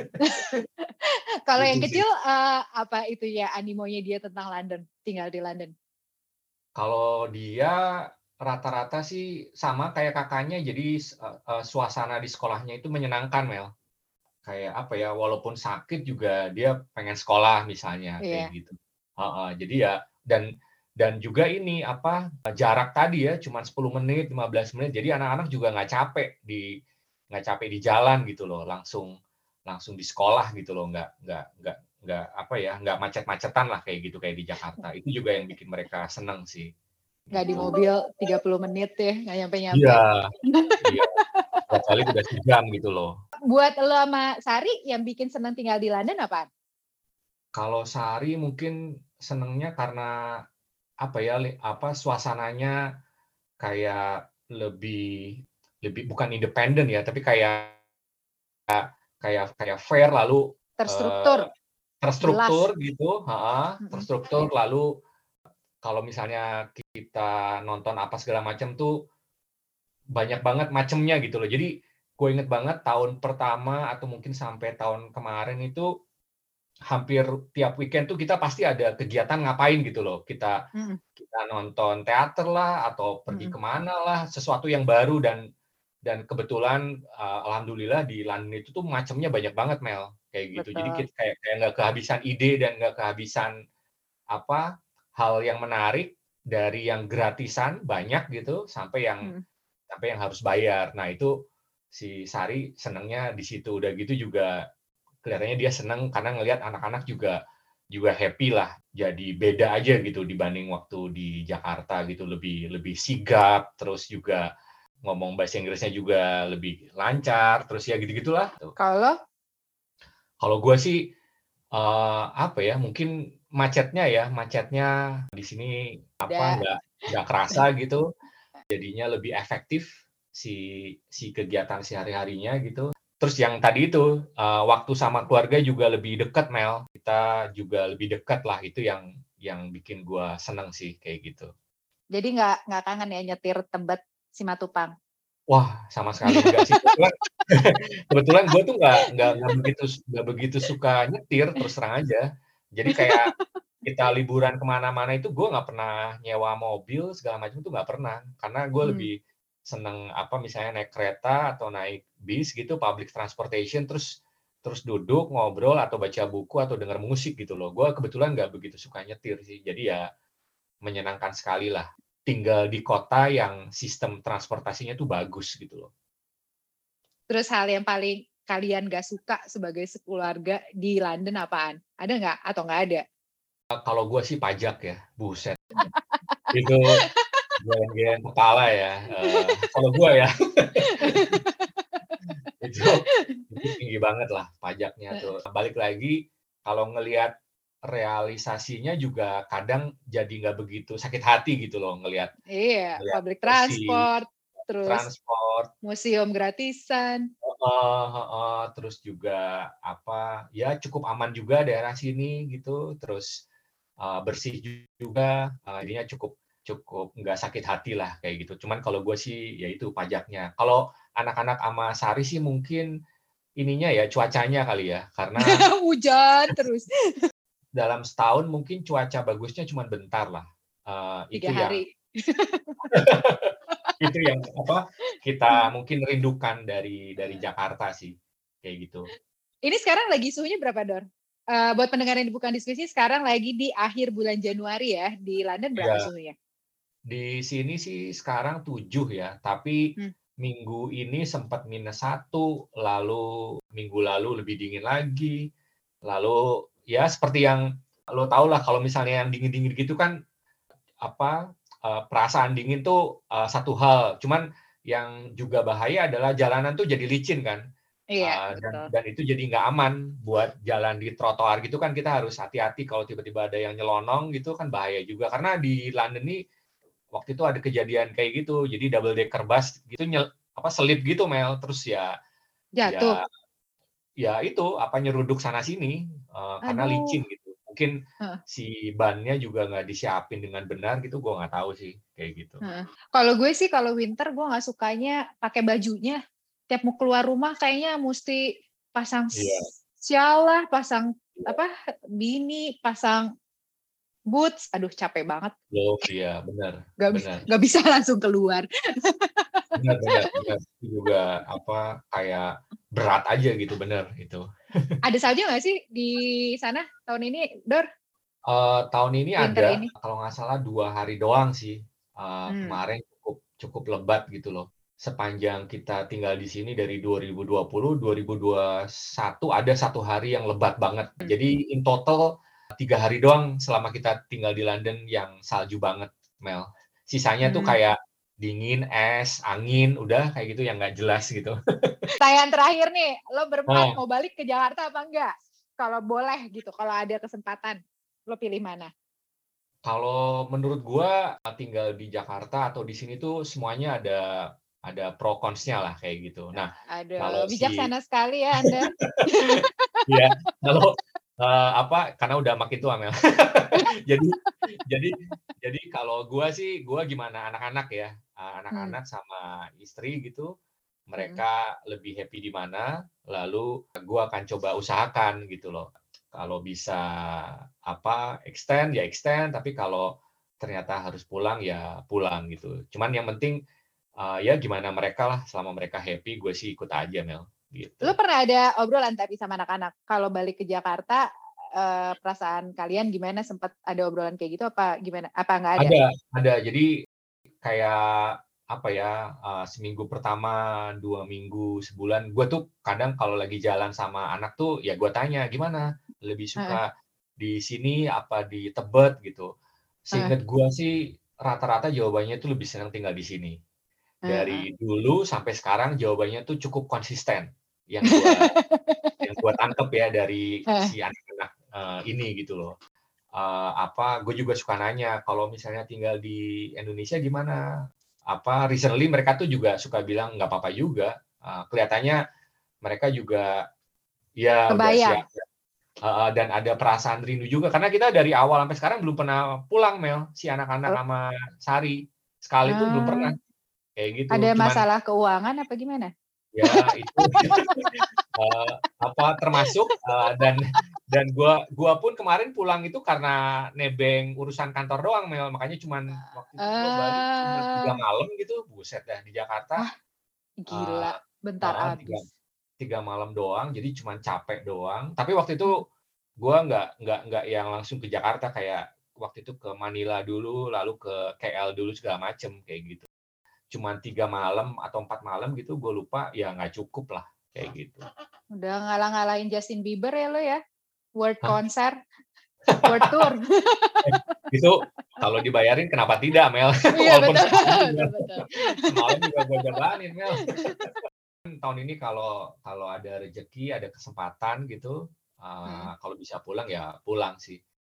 Kalau yang kecil uh, apa itu ya animonya dia tentang London, tinggal di London? Kalau dia rata-rata sih sama kayak kakaknya, jadi uh, suasana di sekolahnya itu menyenangkan Mel. Kayak apa ya, walaupun sakit juga dia pengen sekolah misalnya, yeah. Kayak gitu. Uh, uh, jadi ya dan dan juga ini apa jarak tadi ya cuma sepuluh menit, lima belas menit. Jadi anak-anak juga nggak capek di nggak capek di jalan gitu loh, langsung langsung di sekolah gitu loh, nggak nggak nggak nggak apa ya nggak macet-macetan lah kayak gitu kayak di Jakarta. Itu juga yang bikin mereka seneng sih. Nggak di mobil tiga puluh menit ya, nggak nyampe-nyampe. Iya, iya. Kali udah sejam gitu loh. Buat lo sama Sari yang bikin seneng tinggal di London apaan? Kalau Sari mungkin senengnya karena apa ya, apa suasananya kayak lebih lebih bukan independen ya, tapi kayak kayak kayak fair, lalu terstruktur, uh, terstruktur jelas. Gitu, ha, terstruktur. Mm-hmm. Lalu kalau misalnya kita nonton apa segala macam tuh banyak banget macemnya gitu loh. Jadi gue inget banget tahun pertama atau mungkin sampai tahun kemarin itu hampir tiap weekend tuh kita pasti ada kegiatan ngapain gitu loh. Kita mm. kita nonton teater lah atau pergi mm. kemana lah, sesuatu yang baru, dan dan kebetulan uh, alhamdulillah di London itu tuh macamnya banyak banget Mel kayak gitu. Betul. Jadi kita kayak kayak nggak kehabisan ide dan nggak kehabisan apa hal yang menarik, dari yang gratisan banyak gitu sampai yang hmm. sampai yang harus bayar. Nah itu si Sari senangnya di situ. Udah gitu juga kelihatannya dia senang karena ngelihat anak-anak juga juga happy lah. Jadi beda aja gitu dibanding waktu di Jakarta gitu, lebih lebih sigap, terus juga ngomong bahasa Inggrisnya juga lebih lancar, terus ya gitu-gitulah. Kalau kalau gue sih uh, apa ya, mungkin macetnya ya, macetnya di sini apa nggak nggak kerasa gitu, jadinya lebih efektif si si kegiatan sehari-harinya gitu. Terus yang tadi itu uh, waktu sama keluarga juga lebih dekat Mel, kita juga lebih dekat lah, itu yang yang bikin gue seneng sih kayak gitu. Jadi nggak nggak kangen ya nyetir Tebet Simatupang? Wah, sama sekali enggak sih. Kebetulan, kebetulan gue tuh nggak nggak nggak begitu nggak begitu suka nyetir, terus terang aja. Jadi kayak kita liburan kemana-mana itu gue nggak pernah nyewa mobil segala macam, itu nggak pernah, karena gue hmm. lebih seneng apa misalnya naik kereta atau naik bis gitu, public transportation, terus terus duduk ngobrol atau baca buku atau dengar musik gitu loh. Gue kebetulan nggak begitu suka nyetir sih, jadi ya menyenangkan sekali lah tinggal di kota yang sistem transportasinya tuh bagus gitu loh. Terus hal yang paling kalian gak suka sebagai sekeluarga di London apaan? Ada nggak atau nggak ada? Kalau gue sih pajak ya, buset. Itu gelen-gelen kepala ya. Uh, kalau gue ya, itu, itu tinggi banget lah pajaknya tuh. Balik lagi, kalau ngelihat realisasinya juga kadang jadi nggak begitu sakit hati gitu loh ngelihat. Iya, ngelihat public bersih, transport, terus transport. museum gratisan. Heeh, heeh, terus juga apa ya cukup aman juga daerah sini gitu, terus uh, bersih juga, uh, jadinya cukup cukup nggak sakit hati lah kayak gitu. Cuman kalau gue sih ya itu pajaknya. Kalau anak-anak sama Sari sih mungkin ininya ya cuacanya kali ya, karena hujan terus dalam setahun mungkin cuaca bagusnya cuma bentar lah. Uh, tiga itu yang hari. itu yang apa kita mungkin rindukan dari dari Jakarta sih kayak gitu. Ini sekarang lagi suhunya berapa, Dor? Uh, buat pendengar yang bukan diskusi, sekarang lagi di akhir bulan Januari ya, di London berapa Ya, suhunya? di sini sih sekarang tujuh ya, tapi hmm. minggu ini sempat minus satu, lalu minggu lalu lebih dingin lagi, lalu ya seperti yang lo tau lah kalau misalnya yang dingin-dingin gitu kan apa uh, perasaan dingin tuh uh, satu hal, cuman yang juga bahaya adalah jalanan tuh jadi licin kan. Iya, uh, dan, dan itu jadi nggak aman buat jalan di trotoar gitu kan, kita harus hati-hati kalau tiba-tiba ada yang nyelonong gitu kan bahaya juga, karena di London nih waktu itu ada kejadian kayak gitu, jadi double decker bus gitu nyel, apa selip gitu Mel, terus ya jatuh. ya ya itu apa nyeruduk sana sini uh, karena licin gitu, mungkin huh. si bannya juga nggak disiapin dengan benar gitu, gue nggak tahu sih kayak gitu. Huh. Kalau gue sih kalau winter gue nggak sukanya pakai bajunya, tiap mau keluar rumah kayaknya mesti pasang yeah. sial lah, pasang apa bini, pasang boots, aduh capek banget. Oh iya, benar. Gak, benar. Gak bisa langsung keluar. Benar, benar, benar. Itu juga apa kayak berat aja gitu, benar itu. Ada salju nggak sih di sana tahun ini, Dor? Uh, tahun ini Winter ada, ini? kalau nggak salah dua hari doang sih. Uh, hmm. Kemarin cukup cukup lebat gitu loh. Sepanjang kita tinggal di sini dari dua ribu dua puluh, dua ribu dua puluh satu ada satu hari yang lebat banget. Hmm. Jadi in total tiga hari doang selama kita tinggal di London yang salju banget, Mel. Sisanya hmm. tuh kayak dingin, es, angin, udah kayak gitu yang nggak jelas gitu. Pertanyaan terakhir nih, lo berempat nah. mau balik ke Jakarta apa enggak? Kalau boleh gitu, kalau ada kesempatan, lo pilih mana? Kalau menurut gua tinggal di Jakarta atau di sini tuh semuanya ada ada pro cons-nya lah kayak gitu. Nah, aduh, kalau bijaksana si... sekali ya Anda. Iya, kalau uh, apa karena udah makin tua Mel. jadi jadi jadi kalau gua sih gua gimana anak-anak ya, uh, anak-anak hmm. sama istri gitu, mereka hmm. lebih happy di mana, lalu gua akan coba usahakan gitu loh. Kalau bisa apa extend ya extend, tapi kalau ternyata harus pulang ya pulang gitu. Cuman yang penting uh, ya gimana mereka lah, selama mereka happy gue sih ikut aja Mel gitu. Lu pernah ada obrolan tapi sama anak-anak kalau balik ke Jakarta uh, perasaan kalian gimana, sempat ada obrolan kayak gitu apa gimana, apa nggak ada? Ada, ada. Jadi kayak apa ya, uh, seminggu pertama, dua minggu, sebulan, gue tuh kadang kalau lagi jalan sama anak tuh ya gue tanya gimana, lebih suka uh. di sini apa di Tebet gitu. Seinget uh. gue sih rata-rata jawabannya tuh lebih senang tinggal di sini. Dari uh. dulu sampai sekarang jawabannya tuh cukup konsisten yang gue yang gue tangkep ya dari uh. si anak-anak uh, ini gitu loh. Uh, apa gue juga suka nanya kalau misalnya tinggal di Indonesia gimana, apa recently mereka tuh juga suka bilang nggak apa-apa juga, uh, kelihatannya mereka juga ya kebayang. Udah siap uh, dan ada perasaan rindu juga karena kita dari awal sampai sekarang belum pernah pulang Mel, si anak-anak oh. sama Sari sekali pun uh, belum pernah kayak gitu. Ada Cuman, masalah keuangan apa gimana? Ya itu uh, apa termasuk uh, dan dan gua gua pun kemarin pulang itu karena nebeng urusan kantor doang Mel, makanya cuman waktu itu gua balik uh, cuma tiga malam gitu, buset dah di Jakarta. Ah, gila, uh, bentar uh, habis. Tiga, tiga malam doang, jadi cuman capek doang. Tapi waktu itu gua nggak nggak nggak yang langsung ke Jakarta, kayak waktu itu ke Manila dulu, lalu ke K L dulu segala macem kayak gitu. Cuman tiga malam atau empat malam gitu, gue lupa, ya nggak cukup lah kayak gitu. Udah ngalah-ngalahin Justin Bieber ya lo ya, world Hah? konser, world tour. Eh, itu kalau dibayarin kenapa tidak Mel? Iya betul. betul, betul. Semalam juga gue jalanin Mel. Tahun ini kalau kalau ada rezeki, ada kesempatan gitu, uh, hmm. kalau bisa pulang ya pulang sih.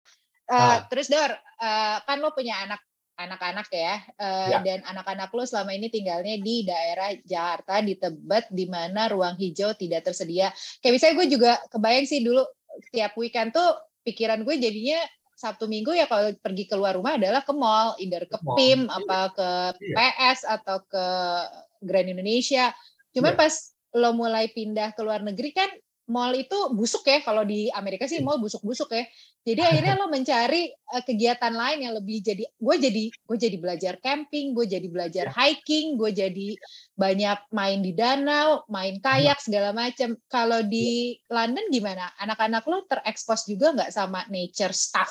Uh, ah. Terus Dor, uh, kan lo punya anak anak-anak ya, uh, ya, dan anak-anak lo selama ini tinggalnya di daerah Jakarta, di Tebet, di mana ruang hijau tidak tersedia. Kayak misalnya gue juga kebayang sih dulu tiap weekend tuh pikiran gue jadinya Sabtu Minggu ya kalau pergi keluar rumah adalah ke mall, either ke P I M, apa ke P S atau ke Grand Indonesia. Cuman ya, pas lo mulai pindah ke luar negeri kan mall itu busuk ya, kalau di Amerika sih mall busuk-busuk ya. Jadi akhirnya lo mencari uh, kegiatan lain yang lebih jadi, gue jadi gue jadi belajar camping, gue jadi belajar hiking, gue jadi banyak main di danau, main kayak segala macam. Kalau di London gimana? Anak-anak lo terekspos juga nggak sama nature stuff?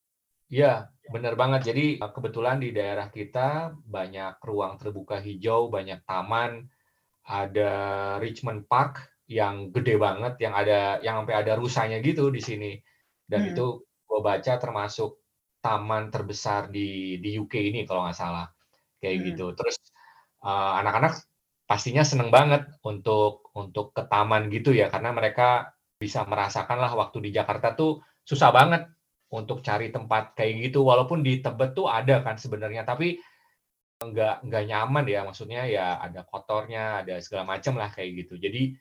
Iya, benar banget. Jadi kebetulan di daerah kita banyak ruang terbuka hijau, banyak taman, ada Richmond Park yang gede banget, yang ada yang sampai ada rusanya gitu di sini. Dan hmm. itu gue baca termasuk taman terbesar di di U K ini kalau nggak salah, kayak hmm. gitu. Terus uh, anak-anak pastinya seneng banget untuk untuk ke taman gitu ya, karena mereka bisa merasakan lah waktu di Jakarta tuh susah banget untuk cari tempat kayak gitu. Walaupun di Tebet tuh ada kan sebenarnya, tapi nggak nggak nyaman ya, maksudnya ya ada kotornya, ada segala macam lah kayak gitu. Jadi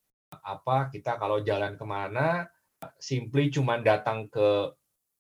apa kita kalau jalan kemana simply cuman datang ke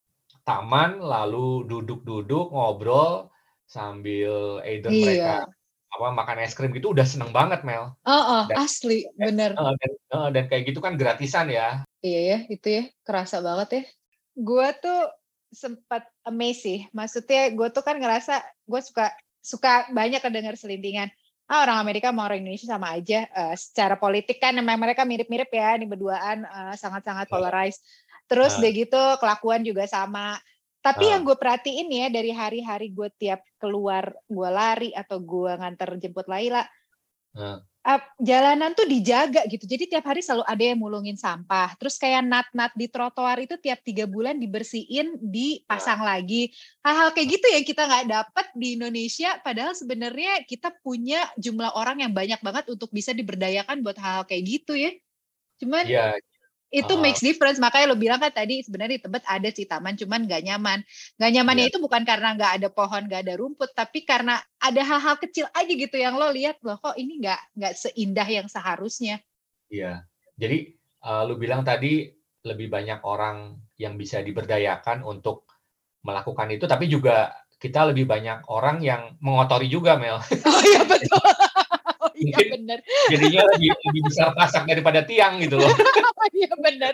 taman lalu duduk-duduk ngobrol sambil either iya. mereka apa makan es krim gitu udah seneng banget Mel. Oh, oh dan, asli bener. Uh, dan, uh, dan kayak gitu kan gratisan ya. Iya ya itu ya kerasa banget ya. Gue tuh sempat amazed sih, maksudnya gue tuh kan ngerasa gue suka suka banyak kedengar selintingan. Ah, orang Amerika sama orang Indonesia sama aja. Uh, secara politik kan memang mereka mirip-mirip ya, ini berduaan uh, sangat-sangat polarized. Terus uh. deh gitu kelakuan juga sama. Tapi uh. yang gue perhatiin ya dari hari-hari gue tiap keluar, gue lari atau gue nganter jemput Laila, uh. Uh, jalanan tuh dijaga gitu. Jadi tiap hari selalu ada yang mulungin sampah. Terus kayak nat-nat di trotoar itu tiap tiga bulan dibersihin, dipasang uh. lagi. Hal-hal kayak gitu yang kita nggak dapat di Indonesia. Padahal sebenarnya kita punya jumlah orang yang banyak banget untuk bisa diberdayakan buat hal-hal kayak gitu ya. Cuman yeah. itu uh, makes difference. Makanya lo bilang kan tadi sebenarnya di Tebet ada sih taman, cuman nggak nyaman. Nggak nyamannya yeah. itu bukan karena nggak ada pohon, nggak ada rumput, tapi karena ada hal-hal kecil aja gitu yang lo lihat loh kok ini nggak nggak seindah yang seharusnya. Iya. Yeah. Jadi uh, lo bilang tadi lebih banyak orang yang bisa diberdayakan untuk melakukan itu, tapi juga kita lebih banyak orang yang mengotori juga, Mel. Oh iya betul. Iya benar. Jadinya lebih, lebih besar pasak daripada tiang gitu loh. Iya benar.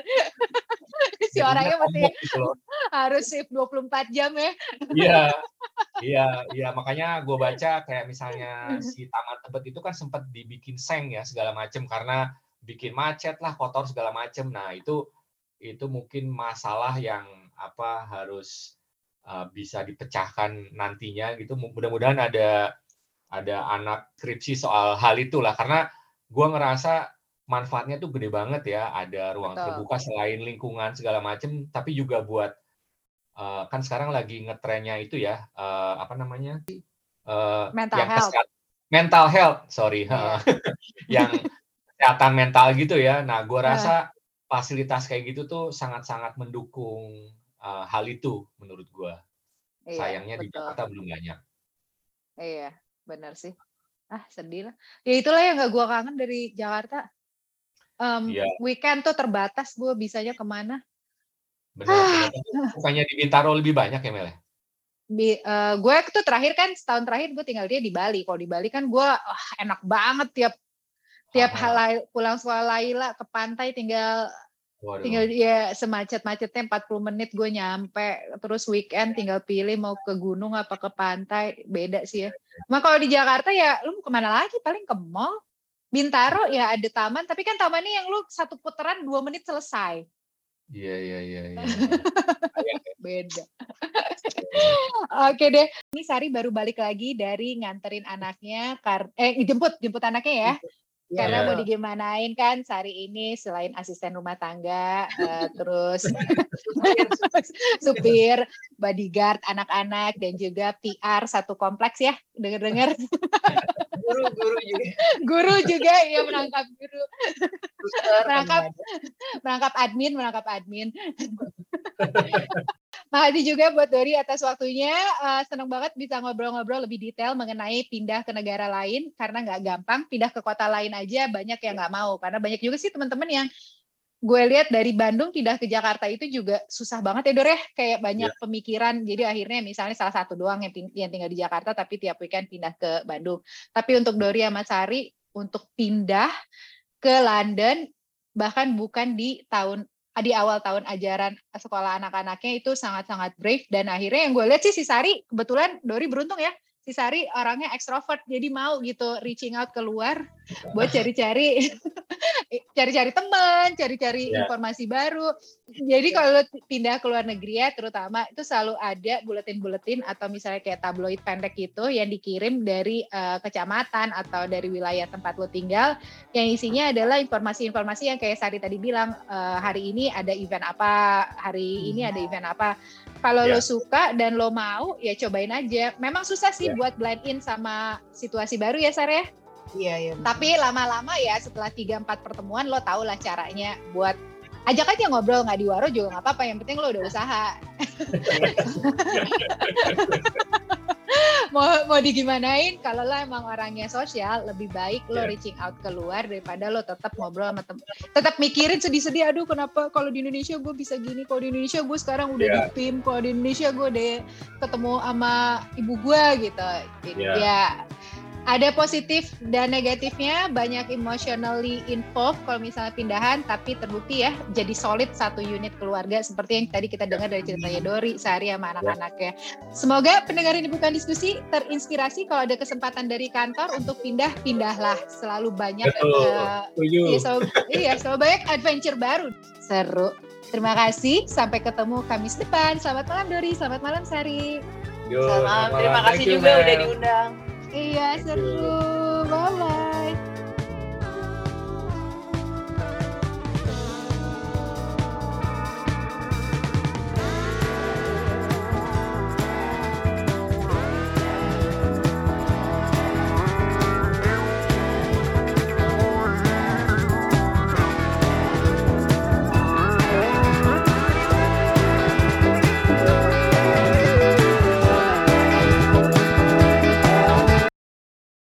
Si orangnya mesti gitu harus shift dua puluh empat jam ya. Iya. Iya, iya makanya gue baca kayak misalnya si Taman Tebet itu kan sempat dibikin seng ya segala macam karena bikin macet lah, kotor segala macam. Nah, itu itu mungkin masalah yang apa harus uh, bisa dipecahkan nantinya gitu. Mudah-mudahan ada ada anak skripsi soal hal itulah karena gue ngerasa manfaatnya tuh gede banget ya, ada ruang Betul. terbuka selain lingkungan segala macem, tapi juga buat uh, kan sekarang lagi ngetrennya itu ya uh, apa namanya uh, mental yang health kesehatan, mental health sorry yeah. yang kesehatan mental gitu ya. Nah gue rasa fasilitas kayak gitu tuh sangat-sangat mendukung uh, hal itu menurut gue. Yeah, sayangnya betul. Di Jakarta belum banyak. Iya. Benar sih. Ah, sedih lah. Ya itulah yang gak gue kangen dari Jakarta. Um, yeah. Weekend tuh terbatas gue bisanya kemana. Benar. Ah. Bukannya di Bintaro lebih banyak ya, Mel? Di, uh, gue tuh terakhir kan, setahun terakhir gue tinggal dia di Bali. Kalau di Bali kan gue oh, enak banget tiap tiap halai, pulang sekolah Laila ke pantai tinggal Waduh. tinggal ya semacet-macetnya empat puluh menit gue nyampe. Terus weekend tinggal pilih mau ke gunung apa ke pantai, beda sih ya. Cuma kalau di Jakarta ya lu kemana lagi, paling ke mall. Bintaro ya ada taman, tapi kan tamannya yang lu satu putaran dua menit selesai. Iya iya iya. Ya. Beda. Oke deh, ini Sari baru balik lagi dari nganterin anaknya, kar eh jemput jemput anaknya ya. Ya, karena ya. Mau digimanain kan Sari ini selain asisten rumah tangga, uh, terus supir, bodyguard anak-anak dan juga P R satu kompleks ya, dengar-dengar. Guru-guru juga. Guru juga ya menangkap guru. Menangkap menangkap admin, menangkap admin. Makasih juga buat Dori atas waktunya. Uh, senang banget bisa ngobrol-ngobrol lebih detail mengenai pindah ke negara lain, karena nggak gampang. Pindah ke kota lain aja banyak yang nggak mau, karena banyak juga sih teman-teman yang gue lihat dari Bandung pindah ke Jakarta itu juga susah banget ya Dor ya, kayak banyak yeah. pemikiran. Jadi akhirnya misalnya salah satu doang yang, yang tinggal di Jakarta tapi tiap weekend pindah ke Bandung. Tapi untuk Dori sama Sari untuk pindah ke London bahkan bukan di tahun di awal tahun ajaran sekolah anak-anaknya itu sangat-sangat brave, dan akhirnya yang gue lihat sih si Sari, kebetulan Dori beruntung ya, si Sari orangnya ekstrovert, jadi mau gitu reaching out keluar buat cari-cari cari-cari teman, cari-cari yeah. informasi baru. Jadi kalau pindah ke luar negeri ya terutama itu selalu ada buletin-buletin atau misalnya kayak tabloid pendek gitu yang dikirim dari uh, kecamatan atau dari wilayah tempat lo tinggal, yang isinya adalah informasi-informasi yang kayak Sari tadi bilang, uh, hari ini ada event apa, hari ini ada event apa. Kalau yeah. lo suka dan lo mau, ya cobain aja. Memang susah sih yeah. buat blend in sama situasi baru ya, Sar ya? Iya, iya. Tapi lama-lama ya setelah tiga empat pertemuan lo tau lah caranya buat ajak aja ngobrol, nggak di waro juga nggak apa-apa. Yang penting lo udah usaha. mau mau digimanain, kalau lo emang orangnya sosial, lebih baik lo yeah. reaching out keluar daripada lo tetap ngobrol sama temen, tetap mikirin sedih-sedih, aduh kenapa kalau di Indonesia gue bisa gini, kalau di Indonesia gue sekarang udah yeah. di P I M, kalau di Indonesia gue udah ketemu sama ibu gue gitu. Jadi yeah. ya ada positif dan negatifnya, banyak emotionally involved kalau misalnya pindahan, tapi terbukti ya jadi solid satu unit keluarga seperti yang tadi kita dengar dari ceritanya Dori, Sari sama anak-anaknya. Semoga pendengar ini bukan diskusi terinspirasi, kalau ada kesempatan dari kantor untuk pindah, pindahlah. Selalu banyak uh, iya, selalu, iya, selalu banyak adventure baru. Seru. Terima kasih, sampai ketemu Kamis depan. Selamat malam Dori, selamat malam Sari. Yo, selamat malam, terima kasih juga udah diundang. Iya, seru. Bye-bye.